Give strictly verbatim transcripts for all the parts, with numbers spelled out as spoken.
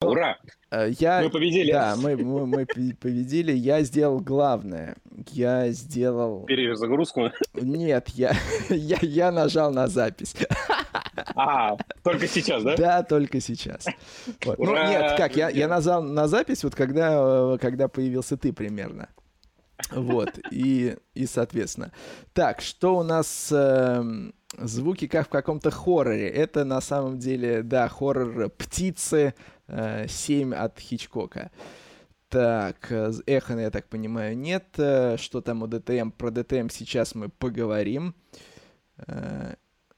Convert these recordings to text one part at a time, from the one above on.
Но, ура! э, я, Мы победили. Да, мы, мы, мы пи- победили. Я сделал главное. Я сделал... Перезагрузку. Нет, я, я, я нажал на запись. А, только сейчас, да? Да, только сейчас. Вот. Ну, нет, Ура! как, я, я Друзья. нажал на запись, вот когда, э, когда появился ты примерно. Вот, и, и соответственно. Так, что у нас... эм, звуки как в каком-то хорроре. Это на самом деле, да, хоррор «Птицы», э, семь от Хичкока. Так, э, эхо, я так понимаю, нет. Э, Что там у дэ тэ эм? Про дэ тэ эм сейчас мы поговорим. Э,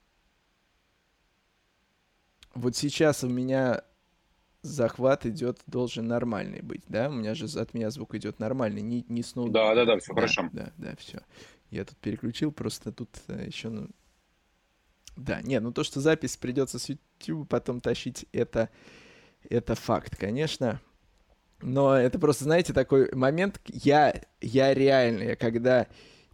Вот сейчас у меня захват идет, должен нормальный быть, да? У меня же от меня звук идет нормальный, не, не с Да, да, ноутбука. да, все Да, хорошо. да, да, все. Я тут переключил, просто тут э, еще, ну... Да, не, ну то, что запись придется с YouTube потом тащить, это, это факт, конечно. Но это просто, знаете, такой момент, я, я реально, я когда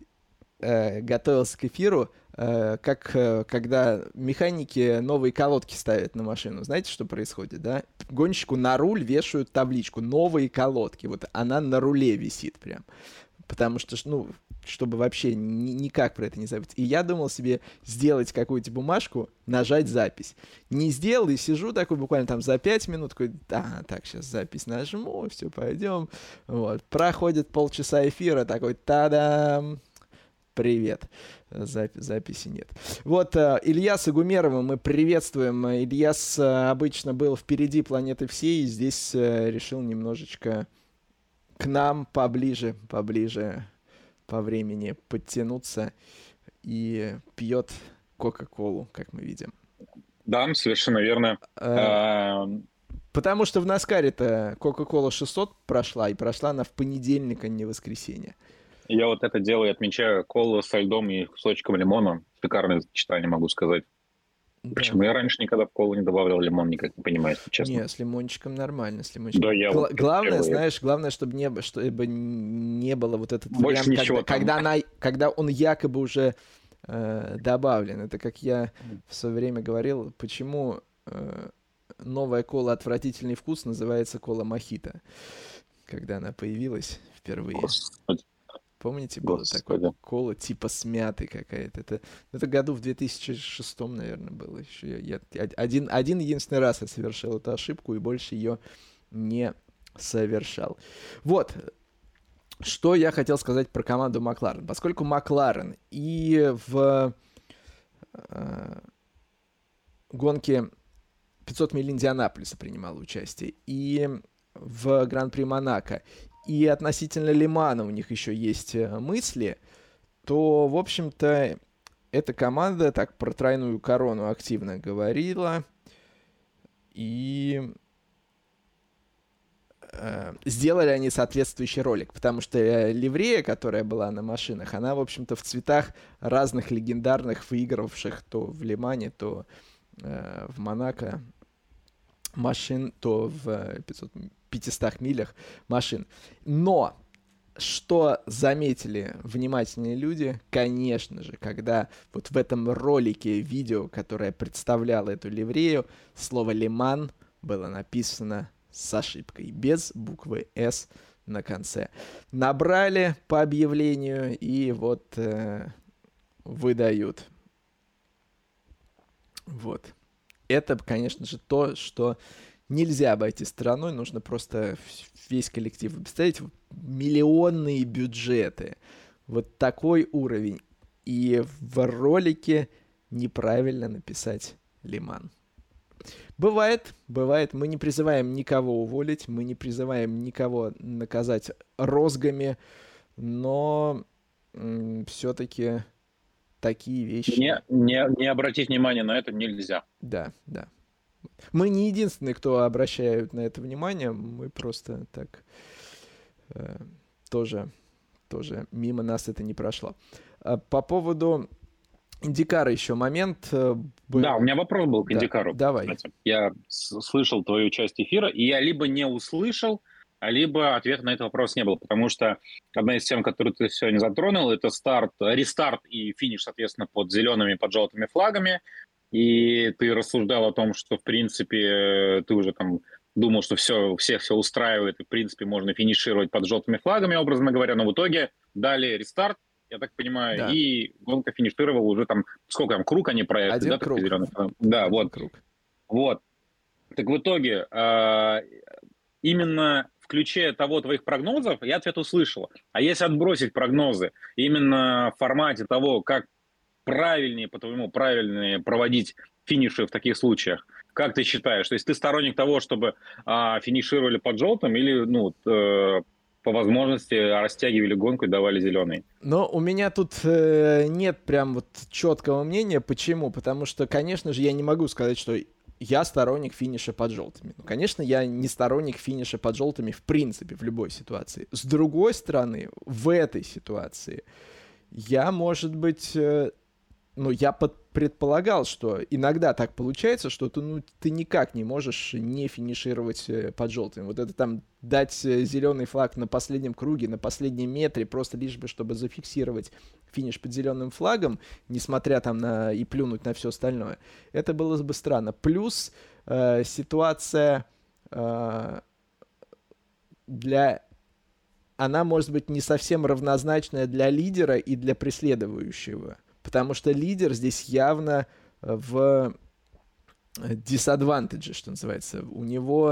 э, готовился к эфиру, э, как э, когда механики новые колодки ставят на машину. Знаете, что происходит, да? Гонщику на руль вешают табличку «Новые колодки». Вот она на руле висит прям. Потому что, ну, чтобы вообще ни- никак про это не забыть. И я думал себе сделать какую-то бумажку, нажать запись. Не сделал, и сижу такой буквально там за пять минут, такой, а, так, сейчас запись нажму, все, пойдем. Вот. Проходит полчаса эфира, такой, та-дам, привет. Зап- записи нет. Вот э, Ильяса Гумерова мы приветствуем. Ильяс э, обычно был впереди планеты всей, и здесь э, решил немножечко к нам поближе, поближе по времени подтянуться и пьет Кока-Колу, как мы видим. Да, совершенно верно. Э, А, Потому что в Наскаре-то Кока-Кола шестьсот прошла, и прошла она в понедельник, а не воскресенье. Я вот это делаю, отмечаю колу со льдом и кусочком лимона. Шикарное сочетание, могу сказать. Да. Почему я раньше никогда в колу не добавлял лимон, никак не понимаю, если честно. Не, с лимончиком нормально, с лимончиком. Да, я Гла- вот главное, впервые. знаешь, главное, чтобы не, б- чтобы не было вот этот Больше вариант, ничего когда, там. когда, она, когда он якобы уже э, добавлен. Это как я в свое время говорил, почему э, новая кола «Отвратительный вкус» называется кола «Мохито», когда она появилась впервые. Господи, Помните, было такое господи. кола типа с мятой какая-то. Это, это году в две тысячи шестом, наверное, было еще. Я, я один, один единственный раз я совершил эту ошибку и больше ее не совершал. Вот, что я хотел сказать про команду Макларен. Поскольку Макларен и в э, гонке пятьсот миль Индианаполиса принимал участие, и в Гран-при Монако, и относительно Лимана у них еще есть мысли, то, в общем-то, эта команда так про тройную корону активно говорила, и э, сделали они соответствующий ролик, потому что э, ливрея, которая была на машинах, она, в общем-то, в цветах разных легендарных выигравших то в Лимане, то э, в Монако машин, то в пятьсот, пятистах милях машин. Но что заметили внимательные люди, конечно же, когда вот в этом ролике, видео, которое представляло эту ливрею, слово «Лиман» было написано с ошибкой, без буквы «С» на конце. Набрали по объявлению и вот э, выдают. Вот. Это, конечно же, то, что нельзя обойти стороной, нужно просто весь коллектив. Представляете, миллионные бюджеты, вот такой уровень, и в ролике неправильно написать Лиман. Бывает, бывает, мы не призываем никого уволить, мы не призываем никого наказать розгами, но м- все-таки такие вещи... Не, не, не обратить внимания на это нельзя. Да, да. Мы не единственные, кто обращают на это внимание, мы просто так э, тоже, тоже мимо нас это не прошло. А по поводу Индикара еще момент э, был. Да, у меня вопрос был к Да, Индикару. давай. Кстати. Я с- слышал твою часть эфира, и я либо не услышал, а либо ответа на этот вопрос не было, потому что одна из тем, которую ты сегодня затронул, это старт, рестарт и финиш, соответственно, под зелеными, под желтыми флагами. И ты рассуждал о том, что, в принципе, ты уже там думал, что все, всех все устраивает, и, в принципе, можно финишировать под желтыми флагами, образно говоря, но в итоге дали рестарт, я так понимаю, Да. и гонка финишировала уже там, сколько там, круг они проехали, Один да, круг. зеленый? Да, Один вот. круг. Вот. Так в итоге, э, именно в ключе того твоих прогнозов я ответ услышал. А если отбросить прогнозы именно в формате того, как правильнее, по-твоему, правильнее проводить финиши в таких случаях, как ты считаешь? То есть ты сторонник того, чтобы э, финишировали под желтым или, ну, э, по возможности растягивали гонку и давали зеленый? Но у меня тут э, нет прям вот четкого мнения. Почему? Потому что, конечно же, я не могу сказать, что я сторонник финиша под желтыми. Ну, конечно, я не сторонник финиша под желтыми в принципе в любой ситуации. С другой стороны, в этой ситуации я, может быть, э, ну, я под, предполагал, что иногда так получается, что ты, ну, ты никак не можешь не финишировать э, под желтым. Вот это там дать э, зеленый флаг на последнем круге, на последнем метре, просто лишь бы, чтобы зафиксировать финиш под зеленым флагом, несмотря там на и плюнуть на все остальное. Это было бы странно. Плюс э, ситуация э, для... Она может быть не совсем равнозначная для лидера и для преследующего. Потому что лидер здесь явно в disadvantage, что называется. У него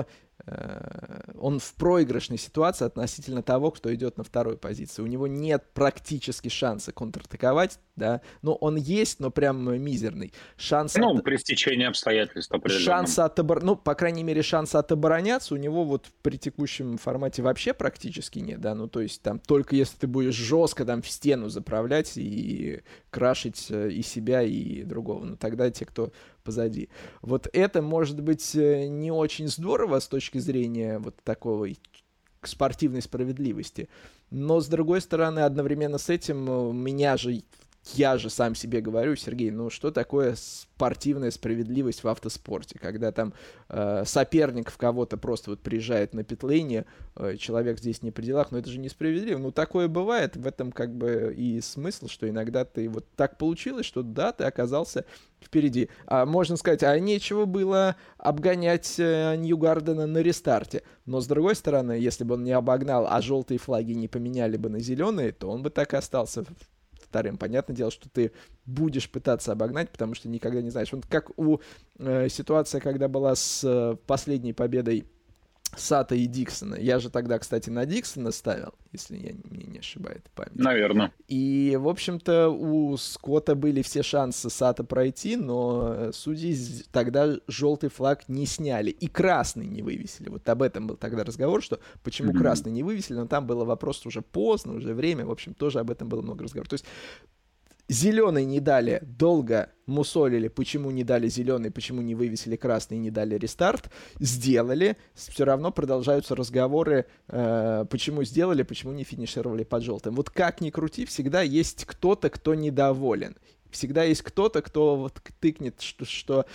э, он в проигрышной ситуации относительно того, кто идет на второй позиции. У него нет практически шанса контратаковать, да, но он есть, но прям мизерный. Шанс ну, от... при стечении обстоятельств определенном. Шанс отобор... Ну, по крайней мере, шанса отобороняться у него вот при текущем формате вообще практически нет, да, ну, то есть там только если ты будешь жестко там в стену заправлять и крашить и себя, и другого, ну, тогда те, кто позади. Вот это может быть не очень здорово с точки зрения вот такого спортивной справедливости, но с другой стороны, одновременно с этим меня же Я же сам себе говорю, Сергей, ну что такое спортивная справедливость в автоспорте, когда там э, соперник в кого-то просто вот приезжает на питлейне, э, человек здесь не при делах, но это же несправедливо. Ну такое бывает, в этом как бы и смысл, что иногда ты вот так получилось, что да, ты оказался впереди. А можно сказать, а нечего было обгонять э, Ньюгардена на рестарте. Но с другой стороны, если бы он не обогнал, а желтые флаги не поменяли бы на зеленые, то он бы так и остался вторым. Понятное дело, что ты будешь пытаться обогнать, потому что никогда не знаешь. Вот как у э, ситуация, когда была с э, последней победой Сата и Диксона. Я же тогда, кстати, на Диксона ставил, если я, мне не ошибает память. Наверное. И, в общем-то, у Скотта были все шансы Сата пройти, но судьи тогда желтый флаг не сняли. И красный не вывесили. Вот об этом был тогда разговор, что почему mm-hmm. красный не вывесили, но там был вопрос уже поздно, уже время. В общем, тоже об этом было много разговоров. То есть зеленый не дали, долго мусолили, почему не дали зеленый, почему не вывесили красный и не дали рестарт. Сделали, все равно продолжаются разговоры, э, почему сделали, почему не финишировали под желтым. Вот как ни крути, всегда есть кто-то, кто недоволен. Всегда есть кто-то, кто вот тыкнет, что, что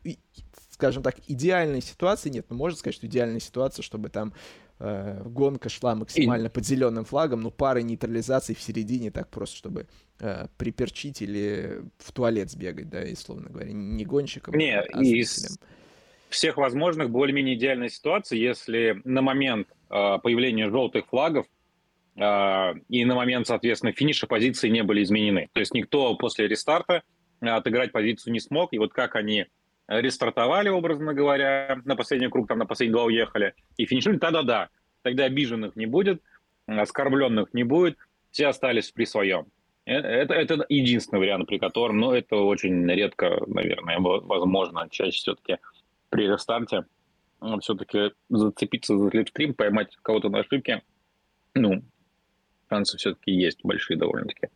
скажем так, идеальной ситуации нет. Ну, можно сказать, что идеальная ситуация, чтобы там э, гонка шла максимально и... под зеленым флагом, но пары нейтрализаций в середине, так просто, чтобы э, приперчить или в туалет сбегать, да, и, словно говоря, не гонщиком, не, а зрителем. Из всех возможных более-менее идеальной ситуации, если на момент э, появления желтых флагов э, и на момент, соответственно, финиша позиции не были изменены. То есть никто после рестарта э, отыграть позицию не смог, и вот как они рестартовали, образно говоря, на последний круг, там на последние два уехали, и финишировали, да-да-да. Тогда обиженных не будет, оскорбленных не будет, все остались при своем. Это, это единственный вариант, при котором, но это очень редко, наверное, возможно, чаще все-таки при рестарте все-таки зацепиться за клипстрим, поймать кого-то на ошибке, ну, шансы все-таки есть большие довольно-таки.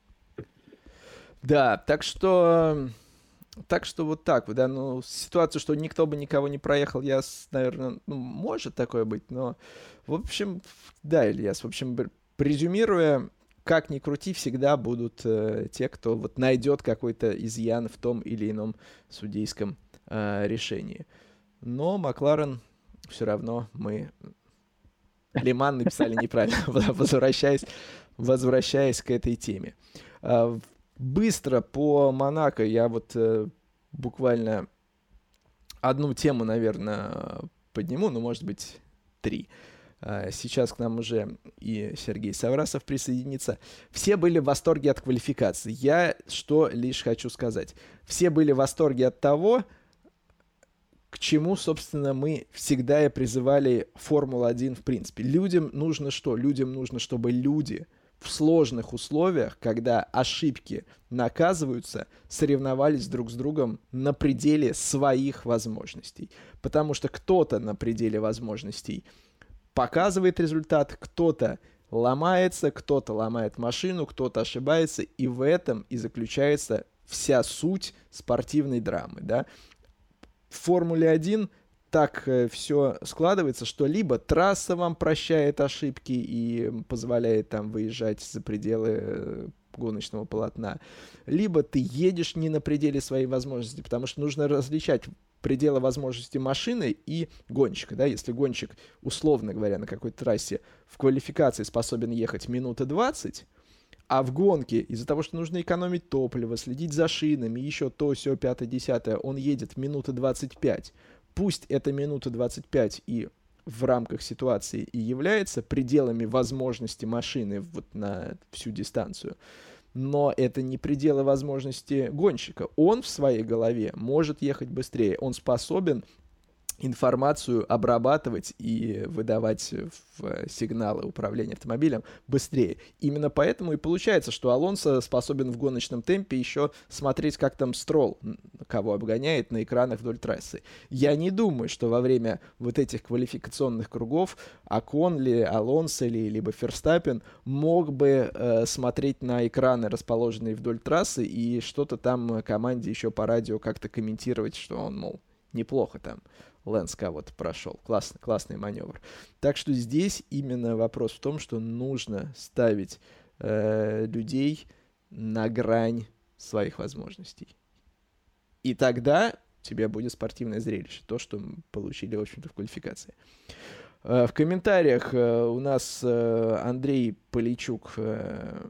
Да, так что... Так что вот так, да, ну, ситуация, что никто бы никого не проехал, я, наверное, ну, может такое быть, но, в общем, да, Ильяс, в общем, презюмируя, как ни крути, всегда будут э, те, кто вот найдет какой-то изъян в том или ином судейском э, решении. Но Макларен все равно мы... Лиман написали неправильно, возвращаясь, возвращаясь к этой теме. Быстро по Монако я вот э, буквально одну тему, наверное, подниму, ну, может быть, три. Сейчас к нам уже и Сергей Саврасов присоединится. Все были в восторге от квалификации. Я что лишь хочу сказать. Все были в восторге от того, к чему, собственно, мы всегда и призывали Формулу один в принципе. Людям нужно что? Людям нужно, чтобы люди в сложных условиях, когда ошибки наказываются, соревновались друг с другом на пределе своих возможностей. Потому что кто-то на пределе возможностей показывает результат, кто-то ломается, кто-то ломает машину, кто-то ошибается, и в этом и заключается вся суть спортивной драмы, да. В Формуле один так э, все складывается, что либо трасса вам прощает ошибки и позволяет там выезжать за пределы э, гоночного полотна, либо ты едешь не на пределе своей возможности, потому что нужно различать пределы возможности машины и гонщика, да, если гонщик, условно говоря, на какой-то трассе в квалификации способен ехать минуты двадцать, а в гонке из-за того, что нужно экономить топливо, следить за шинами, еще то, сё, пятое, десятое, он едет минуты двадцать пять. Пусть эта минута двадцать пять и в рамках ситуации и является пределами возможности машины вот на всю дистанцию, но это не пределы возможности гонщика. Он в своей голове может ехать быстрее, он способен информацию обрабатывать и выдавать в сигналы управления автомобилем быстрее. Именно поэтому и получается, что Алонсо способен в гоночном темпе еще смотреть, как там Стролл, кого обгоняет, на экранах вдоль трассы. Я не думаю, что во время вот этих квалификационных кругов Окон ли, Алонсо ли, либо Ферстаппен мог бы э, смотреть на экраны, расположенные вдоль трассы, и что-то там команде еще по радио как-то комментировать, что он, мол, неплохо там Лэнс кого-то прошел. Классный, классный маневр. Так что здесь именно вопрос в том, что нужно ставить э, людей на грань своих возможностей. И тогда у тебя будет спортивное зрелище. То, что мы получили, в общем-то, в квалификации. Э, в комментариях э, у нас э, Андрей Поличук э,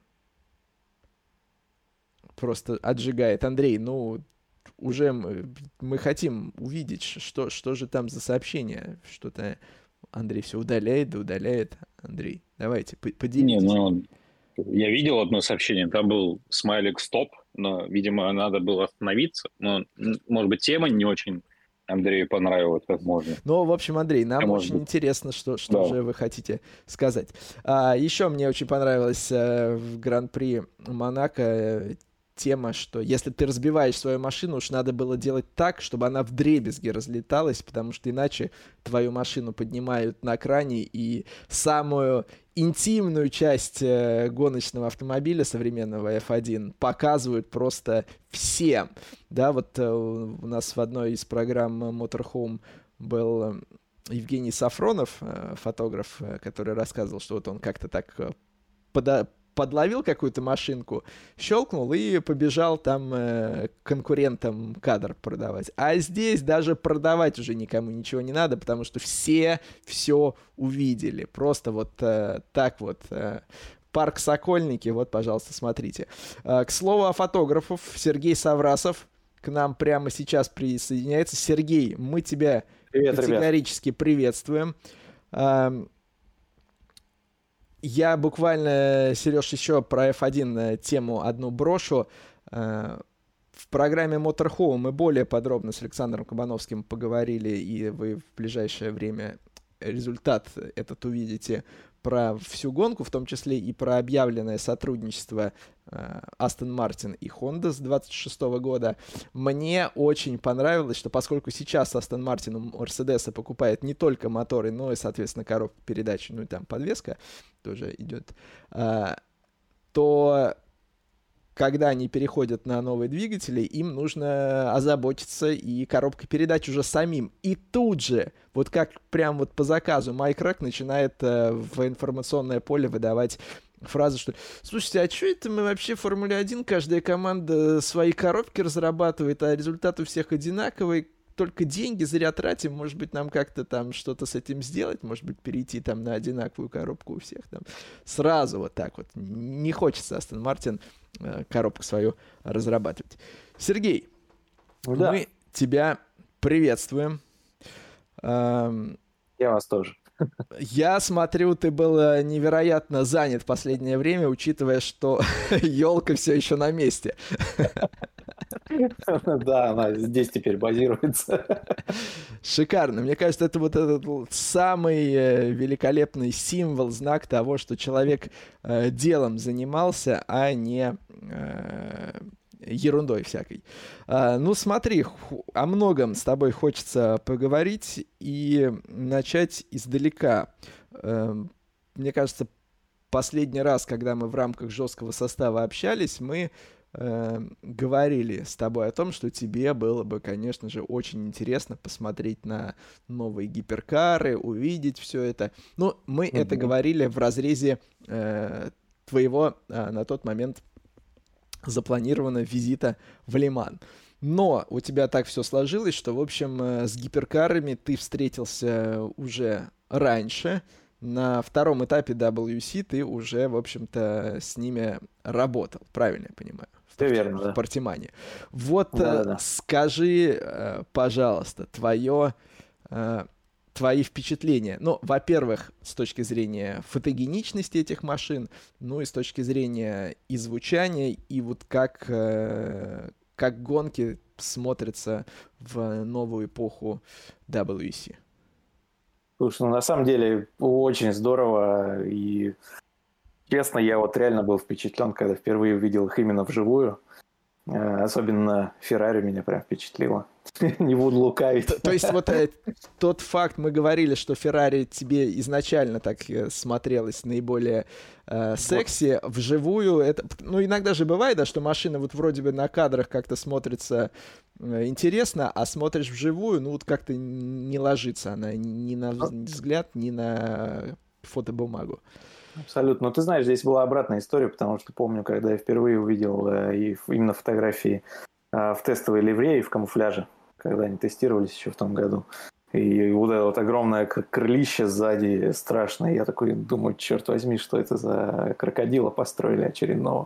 просто отжигает. Андрей, ну... Уже мы, мы хотим увидеть, что, что же там за сообщение. Что-то Андрей все удаляет, да удаляет. Андрей, давайте, поделитесь. Не, ну, я видел одно сообщение, там был смайлик «стоп», но, видимо, надо было остановиться. Но, может быть, тема не очень Андрею понравилась, возможно. Ну, в общем, Андрей, нам а очень интересно, что, что да. же вы хотите сказать. А, еще мне очень понравилось а, в Гран-при Монако тема, что если ты разбиваешь свою машину, уж надо было делать так, чтобы она вдребезги разлеталась, потому что иначе твою машину поднимают на кране, и самую интимную часть э, гоночного автомобиля современного эф один показывают просто всем. Да, вот э, у нас в одной из программ Motorhome был э, Евгений Сафронов, э, фотограф, э, который рассказывал, что вот он как-то так э, пода- подловил какую-то машинку, щелкнул и побежал там э, конкурентам кадр продавать. А здесь даже продавать уже никому ничего не надо, потому что все все увидели. Просто вот э, так вот. Э, парк Сокольники, вот, пожалуйста, смотрите. Э, к слову о фотографах, Сергей Саврасов к нам прямо сейчас присоединяется. Сергей, мы тебя Привет, категорически ребят. приветствуем. Э, Я буквально, Сереж, еще про эф один тему одну брошу. В программе Motorhome мы более подробно с Александром Кабановским поговорили, и вы в ближайшее время результат этот увидите про всю гонку, в том числе и про объявленное сотрудничество Астон Мартин и Honda с двадцать шестого года. Мне очень понравилось, что поскольку сейчас Астон Мартин у Мерседеса покупает не только моторы, но и, соответственно, коробка передач, ну и там подвеска тоже идет, то когда они переходят на новые двигатели, им нужно озаботиться и коробкой передач уже самим. И тут же, вот как прям вот по заказу, Майк Рэк начинает э, в информационное поле выдавать фразу, что «Слушайте, а что это мы вообще в Формуле один, каждая команда свои коробки разрабатывает, а результат у всех одинаковый, только деньги зря тратим, может быть, нам как-то там что-то с этим сделать, может быть, перейти там на одинаковую коробку у всех там». Сразу вот так вот. Не хочется Астон Мартин э, коробку свою разрабатывать. Сергей, да. Мы тебя приветствуем. Эм, Я вас тоже. Я смотрю, ты был э, невероятно занят в последнее время, учитывая, что елка все еще на месте. Да, она здесь теперь базируется. Шикарно. Мне кажется, это вот этот л- самый э, великолепный символ, знак того, что человек э, делом занимался, а не э, ерундой всякой. А, ну, смотри, ху- о многом с тобой хочется поговорить и начать издалека. Эм, Мне кажется, последний раз, когда мы в рамках жесткого состава общались, мы э, говорили с тобой о том, что тебе было бы, конечно же, очень интересно посмотреть на новые гиперкары, увидеть все это. Ну, мы это Мгм. говорили в разрезе э, твоего э, на тот момент запланированного визита в Лиман. Но у тебя так все сложилось, что, в общем, э, с гиперкарами ты встретился уже раньше. На втором этапе дабл ю си ты уже, в общем-то, с ними работал. Правильно я понимаю? В, Все Порти- верно, в да. Портимане. Вот э, Да-да-да. скажи, э, пожалуйста, твое, э, твои впечатления. Ну, во-первых, с точки зрения фотогеничности этих машин, ну и с точки зрения и звучания, и вот как, э, как гонки смотрятся в новую эпоху дабл ю си. Слушай, ну на самом деле очень здорово. И честно, я вот реально был впечатлен, когда впервые увидел их именно вживую. Э, Особенно Феррари меня прям впечатлило. Не буду лукавить. То, то есть вот э, тот факт, мы говорили, что Феррари тебе изначально так э, смотрелась наиболее э, секси, вживую, это, ну иногда же бывает, да, что машина вот вроде бы на кадрах как-то смотрится э, интересно, а смотришь вживую, ну вот как-то не ложится она ни на взгляд, ни на фотобумагу. Абсолютно. Но ты знаешь, здесь была обратная история, потому что помню, когда я впервые увидел э, и ф- именно фотографии э, в тестовой ливрее и в камуфляже, когда они тестировались еще в том году. И вот это вот огромное кр- крылище сзади страшное. Я такой думаю, черт возьми, что это за крокодила построили очередного.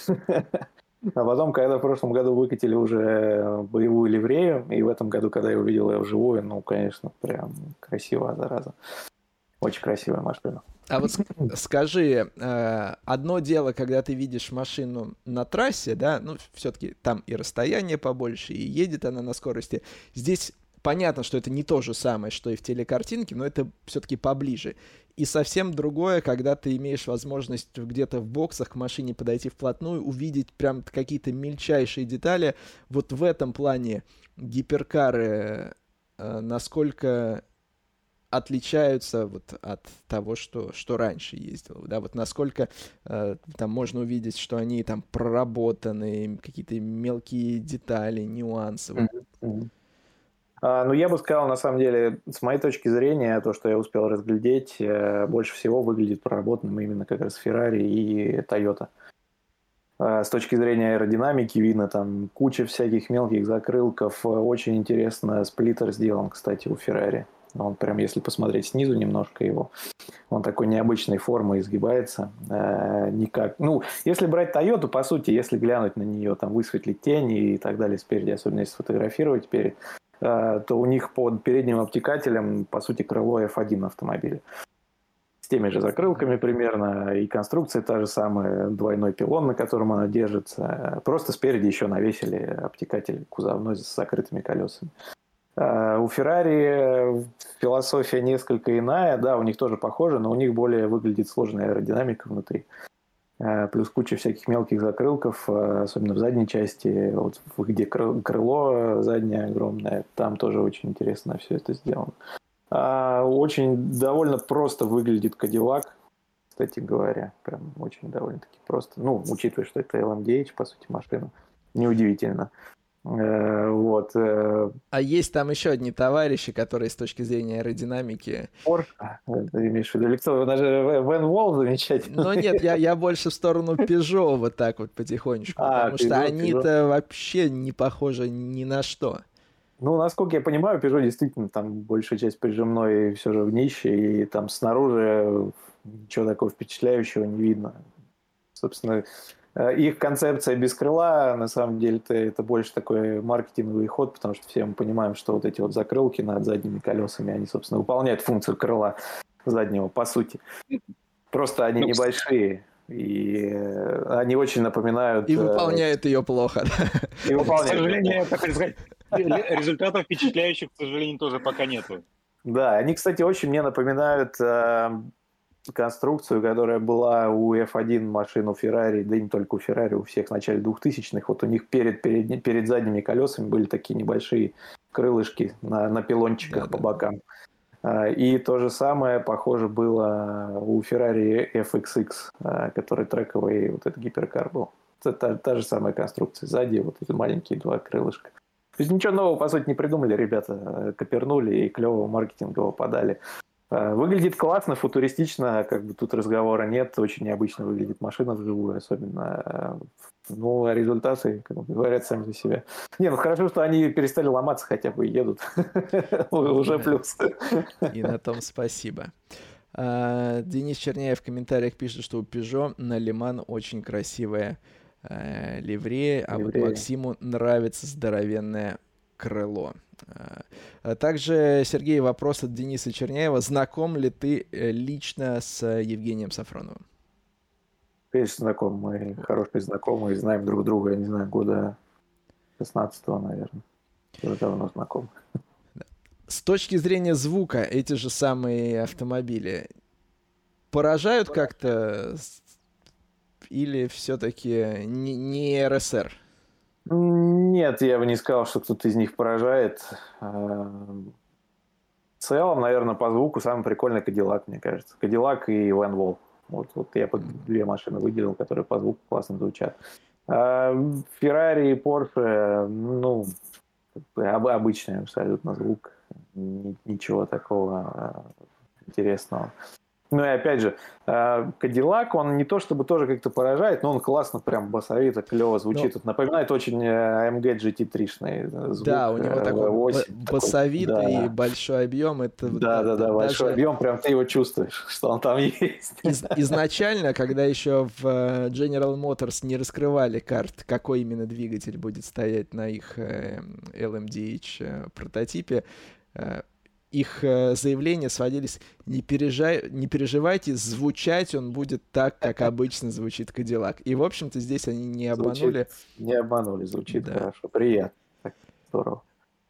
А потом, когда в прошлом году выкатили уже боевую ливрею, и в этом году, когда я увидел ее вживую, ну, конечно, прям красивая зараза. Очень красивая машина. А вот ск- скажи, э, одно дело, когда ты видишь машину на трассе, да, ну, все-таки там и расстояние побольше, и едет она на скорости. Здесь понятно, что это не то же самое, что и в телекартинке, но это все-таки поближе. И совсем другое, когда ты имеешь возможность где-то в боксах к машине подойти вплотную, увидеть прям какие-то мельчайшие детали. Вот в этом плане гиперкары э, насколько отличаются вот от того, что, что раньше ездил, да, вот насколько э, там можно увидеть, что они там проработаны, какие-то мелкие детали, нюансы. Вот. Мгм. А, ну, я бы сказал, на самом деле, с моей точки зрения, то, что я успел разглядеть, э, больше всего выглядит проработанным именно как раз Ferrari и Toyota. А, с точки зрения аэродинамики видно там куча всяких мелких закрылков. Э, Очень интересно сплиттер сделан, кстати, у Ferrari. Он прям, если посмотреть снизу немножко его, он такой необычной формы изгибается. Э, никак. Ну, если брать Toyota, по сути, если глянуть на нее, там высветлить тени и так далее спереди, особенно если сфотографировать перед, э, то у них под передним обтекателем, по сути, крыло эф один автомобиля. С теми же закрылками примерно, и конструкция та же самая, двойной пилон, на котором она держится. Просто спереди еще навесили обтекатель кузовной с закрытыми колесами. Uh, у Ferrari философия несколько иная, да, у них тоже похоже, но у них более выглядит сложная аэродинамика внутри. Uh, плюс куча всяких мелких закрылков, uh, особенно в задней части, вот где крыло заднее огромное, там тоже очень интересно все это сделано. Uh, очень довольно просто выглядит Cadillac, кстати говоря, прям очень довольно-таки просто. Ну, учитывая, что это эл эм ди эйч, по сути, машина, неудивительно. Uh, вот. Uh, А есть там еще одни товарищи, которые с точки зрения аэродинамики... Porsche, ты имеешь в виду, или кто? Даже Вен Вол замечательный. Но нет, я, я больше в сторону Peugeot вот так вот потихонечку, А, потому что Peugeot, они-то Peugeot. вообще не похожи ни на что. Ну, насколько я понимаю, Peugeot действительно там большая часть прижимной все же в нище, и там снаружи ничего такого впечатляющего не видно. Собственно, Их концепция без крыла, на самом деле, это, это больше такой маркетинговый ход, потому что все мы понимаем, что вот эти вот закрылки над задними колесами, они, собственно, выполняют функцию крыла заднего, по сути. Просто они ну, небольшие, и они очень напоминают... И выполняют ее плохо. И выполняют. К сожалению, так сказать, результатов впечатляющих, к сожалению, тоже пока нету. Да, они, кстати, очень мне напоминают конструкцию, которая была у эф один машин у Ferrari, да и не только у Ferrari, у всех в начале двухтысячных. Вот у них перед, перед, перед задними колесами были такие небольшие крылышки на, на пилончиках да, по да. бокам. И то же самое, похоже, было у Ferrari эф икс икс, который трековый вот этот гиперкар был. Это та, та же самая конструкция. Сзади вот эти маленькие два крылышка. То есть ничего нового, по сути, не придумали ребята. Копернули и клево маркетингово подали. Выглядит классно, футуристично, как бы тут разговора нет, очень необычно выглядит машина вживую, особенно, ну, а результаты, как говорят, сами за себя. Не, ну хорошо, что они перестали ломаться хотя бы и едут, уже плюс. И на том спасибо. Денис Черняев в комментариях пишет, что у Peugeot на Лиман очень красивая ливрея, а вот Максиму нравится здоровенное крыло. Также, Сергей, вопрос от Дениса Черняева. Знаком ли ты лично с Евгением Сафроновым? Конечно, знаком. Мы хорошие знакомые, знаем друг друга, я не знаю, года шестнадцатого, наверное. Уже давно знакомы. С точки зрения звука, эти же самые автомобили поражают как-то или все-таки не, не эр эс эр? Нет, я бы не сказал, что кто-то из них поражает. В целом, наверное, по звуку самый прикольный Cadillac, мне кажется. Cadillac и Vanwall. Вот, вот я под две машины выделил, которые по звуку классно звучат. Ferrari и Porsche, ну, обычный абсолютно звук. Ничего такого интересного. Ну и опять же, Cadillac, он не то чтобы тоже как-то поражает, но он классно, прям басовито, клево звучит. Но... напоминает очень эй эм джи джи ти три-шный звук. Да, у него такой восемь, басовитый, такой, да. Большой объем. Это, да, да, да, большой объем, прям ты его чувствуешь, что он там есть. Из, изначально, когда еще в General Motors не раскрывали карт, какой именно двигатель будет стоять на их эл эм ди эйч прототипе, их э, заявления сводились: не, пережай, не переживайте, звучать он будет так, как обычно звучит Cadillac. И, в общем-то, здесь они не обманули. Звучит, не обманули, звучит да. Хорошо, приятно. Так, здорово.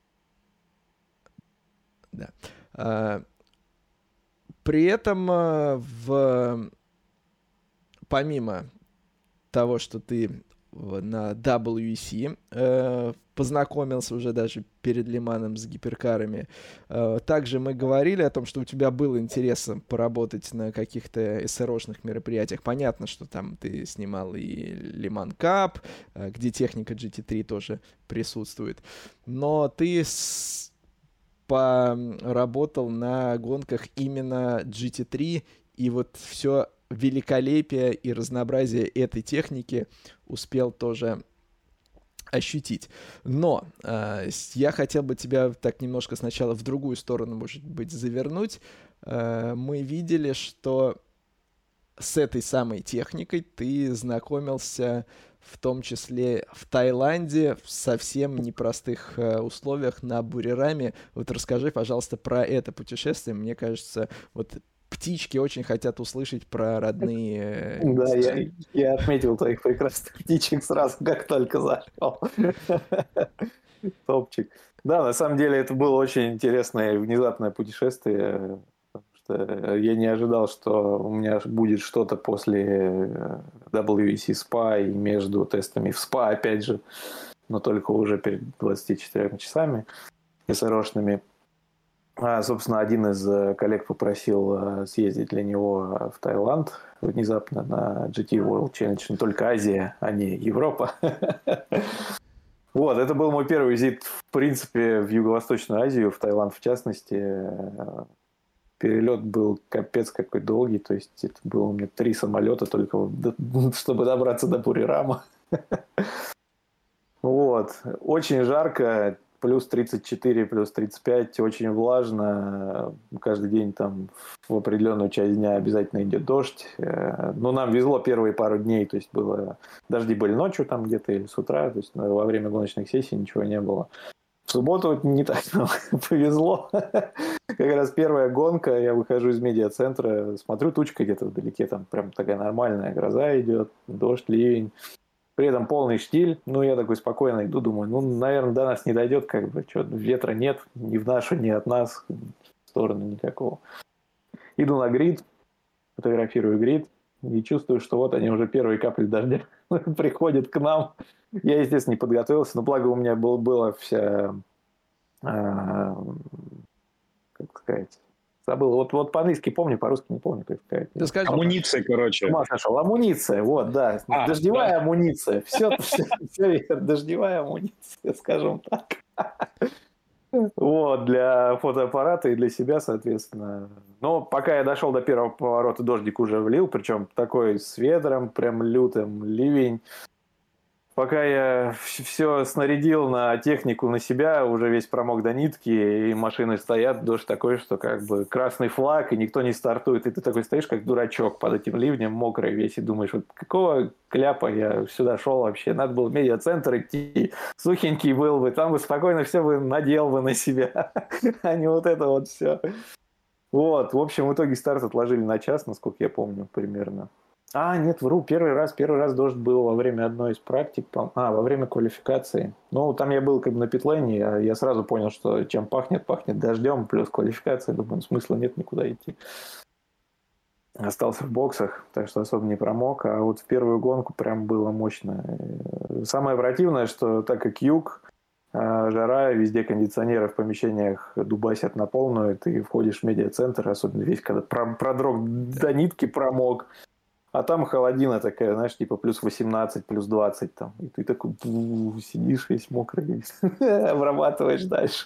Да. А, при этом, в, помимо того, что ты на дабл ю и си э, познакомился уже даже перед Лиманом с гиперкарами. Э, также мы говорили о том, что у тебя был интерес поработать на каких-то эс эр о-шных мероприятиях. Понятно, что там ты снимал и Лиман Кап, э, где техника джи ти три тоже присутствует. Но ты с... поработал на гонках именно джи ти три, и вот все великолепие и разнообразие этой техники успел тоже ощутить. Но э, я хотел бы тебя так немножко сначала в другую сторону, может быть, завернуть. Э, мы видели, что с этой самой техникой ты знакомился в том числе в Таиланде в совсем непростых э, условиях на Бурираме. Вот расскажи, пожалуйста, про это путешествие. Мне кажется, вот птички очень хотят услышать про родные... Да, я, я отметил твоих прекрасных птичек сразу, как только зашел. Топчик. Да, на самом деле это было очень интересное и внезапное путешествие. Потому что я не ожидал, что у меня будет что-то после дабл ю и си спа и между тестами в спа, опять же, но только уже перед двадцатью четырьмя часами эс эр о-шными. А, собственно, один из коллег попросил съездить для него в Таиланд внезапно на джи ти World Challenge. Не только Азия, а не Европа. Вот, это был мой первый визит, в принципе, в Юго-Восточную Азию, в Таиланд в частности. Перелет был капец какой долгий, то есть это было у меня три самолета только, чтобы добраться до Бурирама. Вот, очень жарко. плюс тридцать четыре, плюс тридцать пять, очень влажно. Каждый день там в определенную часть дня обязательно идет дождь. Но нам везло первые пару дней, то есть было дожди были ночью там где-то или с утра, то есть во время гоночных сессий ничего не было. В субботу не так повезло. Как раз первая гонка, я выхожу из медиацентра, смотрю, тучка где-то вдалеке, там прям такая нормальная гроза идет, дождь, ливень. При этом полный штиль. Ну, я такой спокойно иду, думаю, ну, наверное, до нас не дойдет, как бы, что, ветра нет, ни в нашу, ни от нас, в сторону никакого. Иду на грид, фотографирую грид, и чувствую, что вот они уже первые капли дождя приходят к нам. Я, естественно, не подготовился, но благо у меня был, была вся, а, как сказать, забыл. Вот, вот по-английски помню, по-русски не помню, как сказать. Да скажи, амуниция, короче. Ума сошел. Амуниция, вот, да. А, дождевая да. амуниция. Все, все, все, дождевая амуниция, скажем так. Вот, для фотоаппарата и для себя, соответственно. Но пока я дошел до первого поворота, дождик уже влил, причем такой с ветром, прям лютым, ливень. Пока я все снарядил на технику, на себя, уже весь промок до нитки, и машины стоят, дождь такой, что как бы красный флаг, и никто не стартует. И ты такой стоишь, как дурачок под этим ливнем, мокрый весь, и думаешь, вот какого кляпа я сюда шел вообще? Надо было в медиацентр идти, сухенький был бы, там бы спокойно все бы надел бы на себя, а не вот это вот все. Вот, в общем, в итоге старт отложили на час, насколько я помню, примерно. А, нет, вру, первый раз, первый раз дождь был во время одной из практик, а, во время квалификации. Ну, там я был как бы на питлейне, я сразу понял, что чем пахнет, пахнет дождем, плюс квалификация, думаю, смысла нет никуда идти. Остался в боксах, так что особо не промок, а вот в первую гонку прям было мощно. Самое противное, что так как юг, жара, везде кондиционеры в помещениях дубасят на полную, ты входишь в медиацентр, особенно весь, когда продрог до нитки, промок. А там холодина такая, знаешь, типа плюс восемнадцать, плюс двадцать там. И ты такой сидишь весь мокрый, обрабатываешь дальше.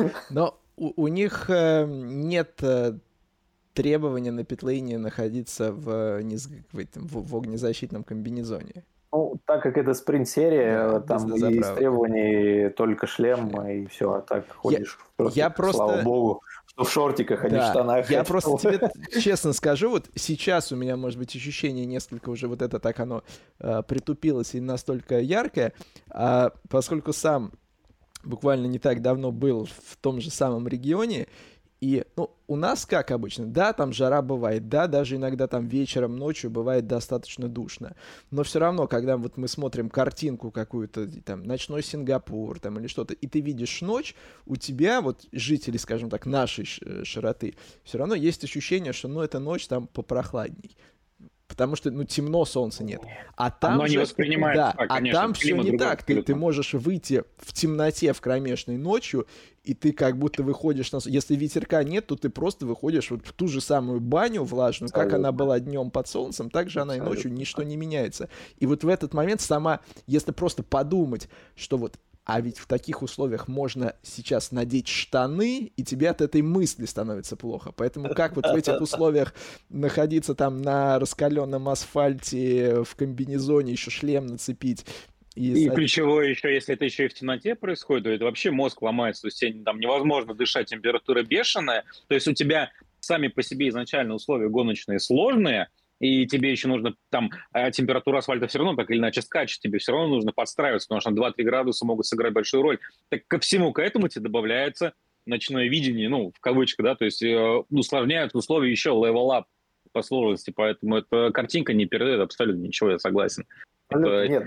Но у, у них э, нет э, требования на питлейне находиться в, не, в, этом, в, в огнезащитном комбинезоне. Ну, так как это спринт-серия, да, там из требований только шлем, шлем, и все, а так ходишь я, в шортиках, я просто... слава богу, что в шортиках, а да, не в штанах. Я просто тебе честно скажу, вот сейчас у меня, может быть, ощущение несколько уже вот это так оно э, притупилось и настолько яркое, а поскольку сам буквально не так давно был в том же самом регионе, и, ну, у нас как обычно, да, там жара бывает, да, даже иногда там вечером, ночью бывает достаточно душно, но все равно, когда вот мы смотрим картинку какую-то, там, ночной Сингапур, там, или что-то, и ты видишь ночь, у тебя, вот, жители, скажем так, нашей широты, все равно есть ощущение, что, ну, эта ночь там попрохладней. Потому что, ну, темно, солнца нет. А там Оно же, не воспринимается, да, а, конечно, а там все не так. Ты, ты можешь выйти в темноте, в кромешной ночью, и ты как будто выходишь на... Если ветерка нет, то ты просто выходишь вот в ту же самую баню влажную, абсолютно. Как она была днем под солнцем, так же абсолютно. Она и ночью, ничто не меняется. И вот в этот момент сама, если просто подумать, что вот а ведь в таких условиях можно сейчас надеть штаны, и тебе от этой мысли становится плохо. Поэтому как вот в этих условиях находиться там на раскаленном асфальте, в комбинезоне, еще шлем нацепить. И, и ключевое еще, если это еще и в темноте происходит, то это вообще мозг ломается. То есть тебе там невозможно дышать, температура бешеная. То есть у тебя сами по себе изначально условия гоночные сложные, и тебе еще нужно, там, температура асфальта все равно так или иначе скачет, тебе все равно нужно подстраиваться, потому что два-три градуса могут сыграть большую роль. Так ко всему к этому тебе добавляется ночное видение, ну, в кавычках, да, то есть э, усложняют условия еще level up по сложности, поэтому эта картинка не передает абсолютно ничего, я согласен. Это... Нет,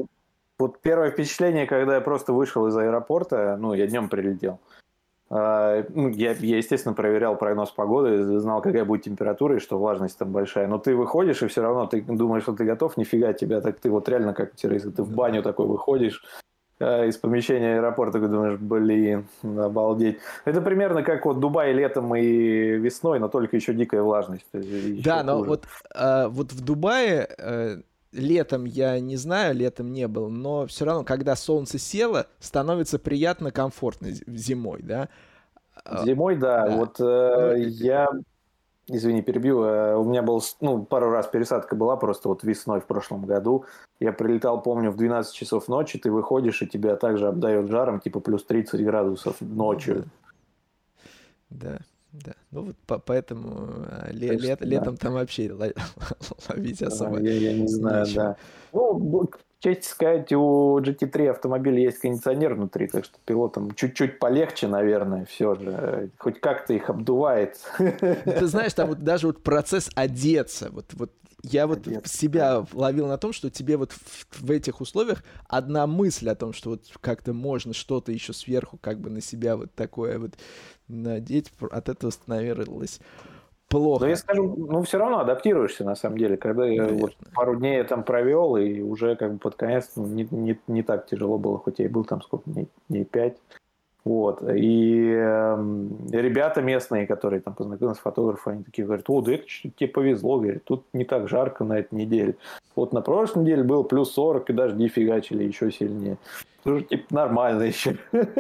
вот первое впечатление, когда я просто вышел из аэропорта, ну, я днем прилетел, Я, я, естественно, проверял прогноз погоды, знал, какая будет температура и что влажность там большая. Но ты выходишь, и все равно ты думаешь, что ты готов, нифига тебя, так ты вот реально как террорист, ты в баню такой выходишь из помещения аэропорта, ты думаешь, блин, обалдеть. Это примерно как вот Дубай летом и весной, но только еще дикая влажность. Еще да, хуже. Но вот, а, вот в Дубае... А... Летом я не знаю, летом не был, но все равно, когда солнце село, становится приятно, комфортно зимой, да? Зимой, да. да. Вот э, я Извини, перебью. У меня был, ну, пару раз пересадка была просто вот весной в прошлом году. Я прилетал, помню, в двенадцать часов ночи, ты выходишь, и тебя также обдает жаром, типа плюс тридцать градусов ночью. Да, да. Ну вот по поэтому ле Так лет что, летом да. там вообще ловить А, особо Я, я не знаю, нечего. да. Ну, к чести сказать, у джи ти три автомобиля есть кондиционер внутри, так что пилотам чуть-чуть полегче, наверное, все же. Хоть как-то их обдувает. Ну, ты знаешь, там вот даже вот процесс одеться, вот, вот я вот Одеться, себя да. ловил на том, что тебе вот в, в этих условиях одна мысль о том, что вот как-то можно что-то еще сверху как бы на себя вот такое вот надеть, от этого становилось Но плохо. я скажу, ну, все равно адаптируешься, на самом деле. Когда я вот Наверное. пару дней я там провел, и уже как бы под конец ну, не, не, не так тяжело было, хоть я и был там сколько дней, дней пять. Вот. И э, ребята местные, которые там познакомились, фотографы, они такие говорят, о, да это что-то тебе повезло, говорят, тут не так жарко на этой неделе. Вот на прошлой неделе было плюс сорок, и дожди фигачили еще сильнее. Тоже типа нормально еще.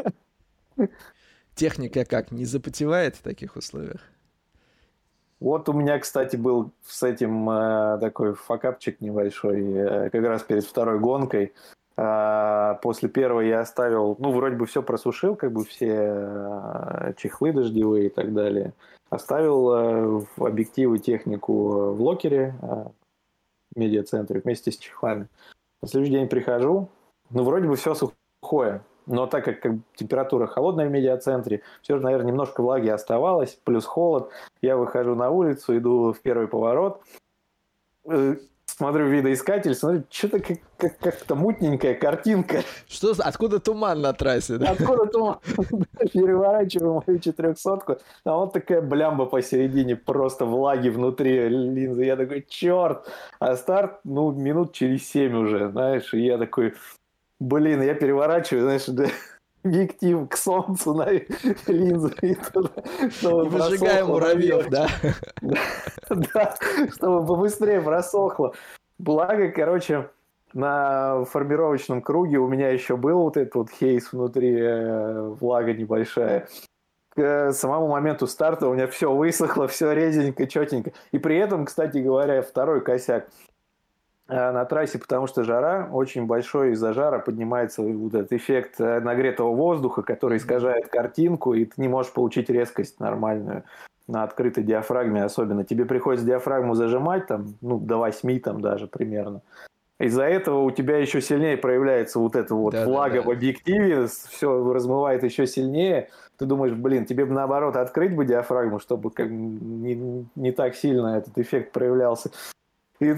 Техника как, не запотевает в таких условиях? Вот у меня, кстати, был с этим э, такой факапчик небольшой, э, как раз перед второй гонкой. Э, после первой я оставил, ну, вроде бы все просушил, как бы все э, чехлы дождевые и так далее. Оставил э, в объективы технику в локере, э, в медиацентре вместе с чехлами. На следующий день прихожу, ну, вроде бы все сухое. Но так как, как температура холодная в медиацентре, все же, наверное, немножко влаги оставалось, плюс холод. Я выхожу на улицу, иду в первый поворот, э, смотрю видоискатель, смотрю, что-то как, как, как-то мутненькая картинка. Что, за- откуда туман на трассе, да? Откуда туман? Переворачиваю мою четырехсотку, а вот такая блямба посередине, просто влаги внутри линзы. Я такой, черт! А старт, ну, минут через семь уже, знаешь, и я такой... Блин, я переворачиваю, знаешь, да, объектив к солнцу на линзу и туда, чтобы И выжигаем просохло муравьев, наверх. да? Да, чтобы побыстрее просохло. Благо, короче, на формировочном круге у меня еще был вот этот вот хейс внутри, э, влага небольшая. К самому моменту старта у меня все высохло, все резенько, четенько. И при этом, кстати говоря, второй косяк на трассе, потому что жара, очень большой из-за жара поднимается вот этот эффект нагретого воздуха, который искажает картинку, и ты не можешь получить резкость нормальную на открытой диафрагме особенно. Тебе приходится диафрагму зажимать там, ну, до восьми там даже примерно. Из-за этого у тебя еще сильнее проявляется вот эта вот Да, влага да, в да. объективе, все размывает еще сильнее. Ты думаешь, блин, тебе бы наоборот открыть бы диафрагму, чтобы как не, не так сильно этот эффект проявлялся. И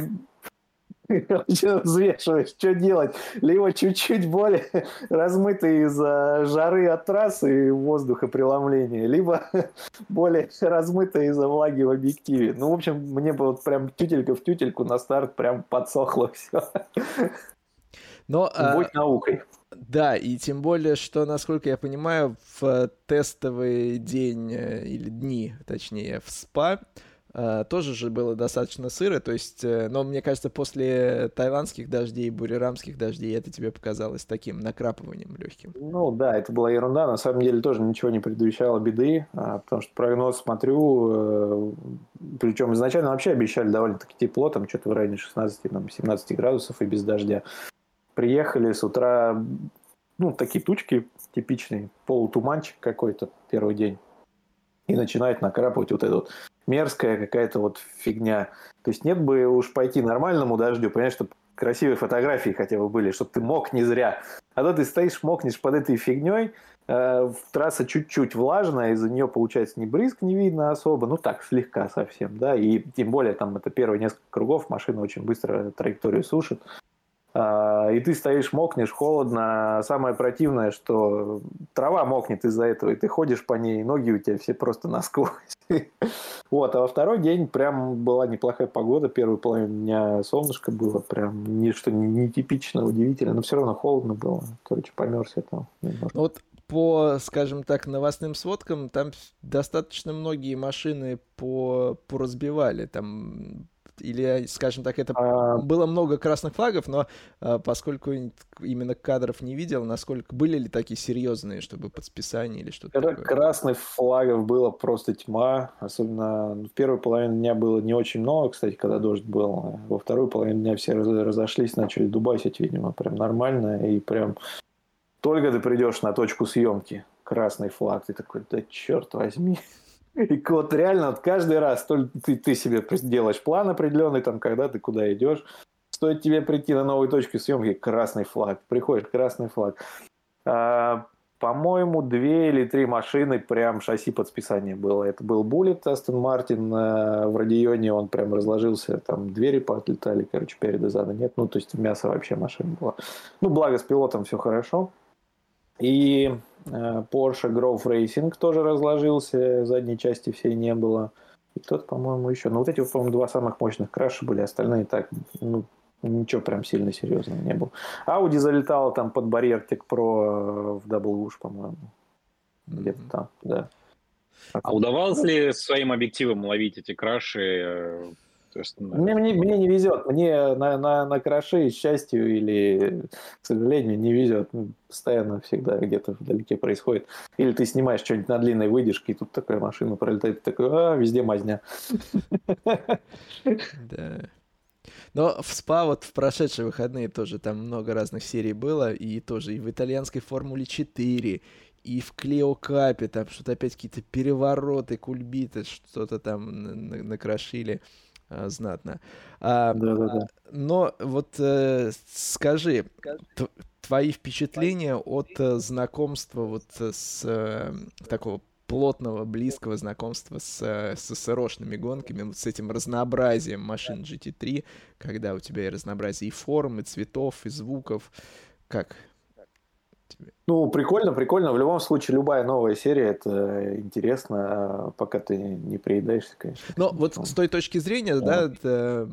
что взвешиваешь, что делать? Либо чуть-чуть более размытый из-за жары от трассы и воздуха преломления, либо более размытый из-за влаги в объективе. Ну, в общем, мне бы вот прям тютелька в тютельку на старт прям подсохло все. Но, Будь а, наукой. да, и тем более, что, насколько я понимаю, в тестовый день э, или дни, точнее, в СПА э, тоже же было достаточно сыро, то есть, э, но мне кажется, после тайландских дождей, бурерамских дождей это тебе показалось таким накрапыванием легким. Ну да, это была ерунда. На самом деле тоже ничего не предвещало беды, а, потому что прогноз смотрю, э, причем изначально вообще обещали довольно-таки тепло, там что-то в районе шестнадцати-семнадцати градусов и без дождя. Приехали с утра, ну, такие тучки типичные, полутуманчик какой-то первый день. И начинает накрапывать вот эта вот мерзкая какая-то вот фигня. То есть нет бы уж пойти нормальному дождю, понимаешь, чтобы красивые фотографии хотя бы были, чтобы ты мог не зря. А то ты стоишь, мокнешь под этой фигней, э, трасса чуть-чуть влажная, из-за нее, получается, ни брызг не видно особо, ну так, слегка совсем, да, и тем более там это первые несколько кругов, машина очень быстро траекторию сушит. И ты стоишь, мокнешь, холодно. Самое противное, что трава мокнет из-за этого, и ты ходишь по ней, ноги у тебя все просто насквозь. Вот, а во второй день прям была неплохая погода. Первую половину дня солнышко было, прям ничто нетипично, удивительно, но все равно холодно было. Короче, померз я там немножко. Вот по, скажем так, новостным сводкам, там достаточно многие машины по, поразбивали. Там или, скажем так, это А, было много красных флагов, но а, поскольку именно кадров не видел, насколько были ли такие серьезные, чтобы под списание или что-то кра- такое? Красных флагов было просто тьма. Особенно в первой половине дня было не очень много, кстати, когда дождь был. Во второй половине дня все раз- разошлись, начали дубасить, видимо, прям нормально. И прям только ты придешь на точку съемки, красный флаг, ты такой, да черт возьми. И вот реально вот каждый раз то ты, ты себе делаешь план определенный, там, когда ты куда идешь. Стоит тебе прийти на новую точку съемки, красный флаг. Приходишь, красный флаг. А, по-моему, две или три машины прям шасси под списание было. Это был Bullet Aston Martin а, в Радионе, он прям разложился, там двери поотлетали, короче, перед и задом нет. Ну, то есть мясо вообще машина была. Ну, благо с пилотом все хорошо. И э, Porsche Grove Racing тоже разложился, задней части всей не было. И кто-то, по-моему, еще. Но вот эти, по-моему, два самых мощных краша были, остальные так, ну, ничего прям сильно серьезного не было. Audi залетала там под барьер Tech Pro в Double Whoosh, по-моему. Где-то Мгм. там, да. А удавалось ли своим объективом ловить эти краши? э, То есть, ну, Мне, мне, мне не везет. Мне на, на, на краши, счастью или, к сожалению, не везет. Постоянно всегда где-то вдалеке происходит. Или ты снимаешь что-нибудь на длинной выдержке, и тут такая машина пролетает, ты такой, а, везде мазня. Да. Но в СПА вот в прошедшие выходные тоже там много разных серий было, и тоже и в итальянской Формуле четыре, и в Клео Капе, там что-то опять какие-то перевороты, кульбиты, что-то там на- на- накрошили а, знатно. А, Да-да-да. но вот э, скажи, т- твои впечатления от э, знакомства вот э, с э, такого плотного, близкого знакомства с, э, с СССР-шными гонками, вот с этим разнообразием машин джи ти три, когда у тебя и разнообразие и форм, и цветов, и звуков. Как тебе? Ну, прикольно, прикольно. В любом случае, любая новая серия, это интересно, а пока ты не приедаешься, конечно. Но к вот ничему. с той точки зрения, да, это,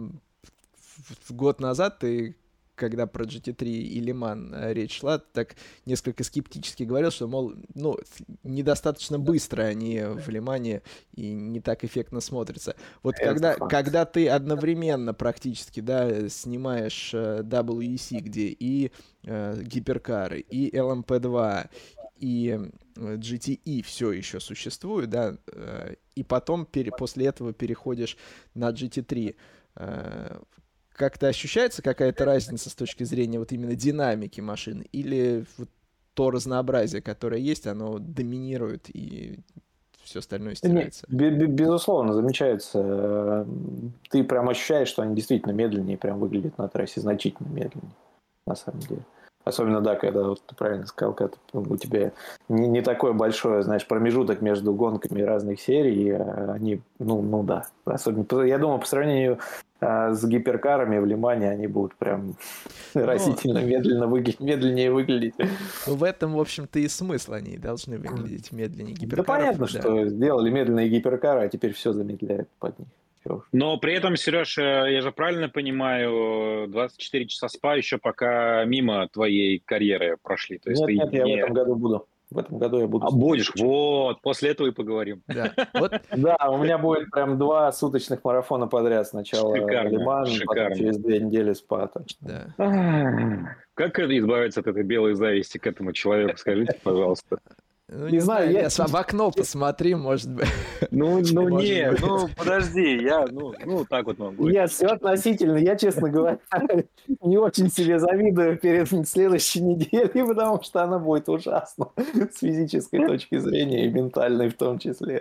в- в год назад ты, когда про джи ти три и Лиман э, речь шла, ты так несколько скептически говорил, что, мол, ну, недостаточно быстро они в Лимане и не так эффектно смотрятся. Вот Это когда, факт. когда ты одновременно практически, да, снимаешь э, дабл ю и си, где и э, гиперкары, и эл эм пи два, и э, джи ти и все еще существует, да, э, и потом пере- после этого переходишь на джи ти три. Э, Как-то ощущается какая-то разница с точки зрения вот именно динамики машины? Или вот то разнообразие, которое есть, оно доминирует и все остальное Не, стирается? бе- бе- безусловно, замечается. Э, Ты прям ощущаешь, что они действительно медленнее, прям выглядят на трассе значительно медленнее, на самом деле. Особенно, да, когда, вот ты правильно сказал, когда у тебя не, не такой большой, знаешь, промежуток между гонками разных серий, а они, ну, ну да. Особенно, по- я думаю, по сравнению а, с гиперкарами в Лимане они будут прям Но, растительно медленно выглядеть, медленнее выглядеть. ну, в этом, в общем-то, и смысл. Они должны выглядеть медленнее Да гиперкаров. понятно, Да. что сделали медленные гиперкары, а теперь все замедляет под них. Чё уж. Но при этом, Сереж, э, я же правильно понимаю, двадцать четыре часа спа еще пока мимо твоей карьеры прошли. То есть Нет, ты нет, я в не... этом году буду. В этом году я буду. А будешь? Вот, после этого и поговорим. Да. Вот, Да, у меня будет прям два суточных марафона подряд. Сначала Шикарно, Лиман, потом шикарно. через две недели спа. Так что... да. Ах, Как это избавиться от этой белой зависти к этому человеку? Скажите, пожалуйста. Ну, Не не знаю, знаю, я- Лес, а в окно посмотри, может быть. Ну, ну Может не, быть. ну подожди, я, ну, ну так вот могу. Нет, все относительно. Я, честно говоря, не очень себе завидую перед следующей неделей, потому что она будет ужасна с физической точки зрения и ментальной в том числе.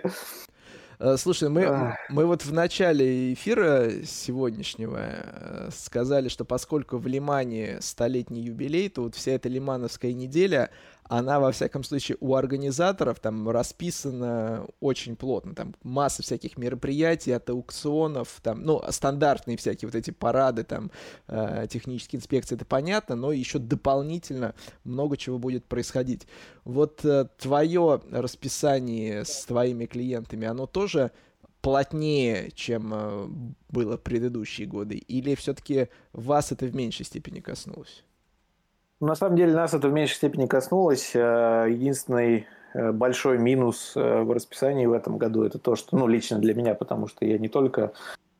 Э, Слушай, мы, Ах. мы вот в начале эфира сегодняшнего э, сказали, что поскольку в Лимане столетний юбилей, то вот вся эта лимановская неделя, она, во всяком случае, у организаторов там расписана очень плотно. Там масса всяких мероприятий, от аукционов, там, ну, стандартные всякие вот эти парады, там, э, технические инспекции, это понятно, но еще дополнительно много чего будет происходить. Вот э, твое расписание с твоими клиентами, оно тоже плотнее, чем э, было в предыдущие годы? Или все-таки вас это в меньшей степени коснулось? На самом деле нас это в меньшей степени коснулось. Э, Единственный э, большой минус э, в расписании в этом году это то, что, ну, лично для меня, потому что я не только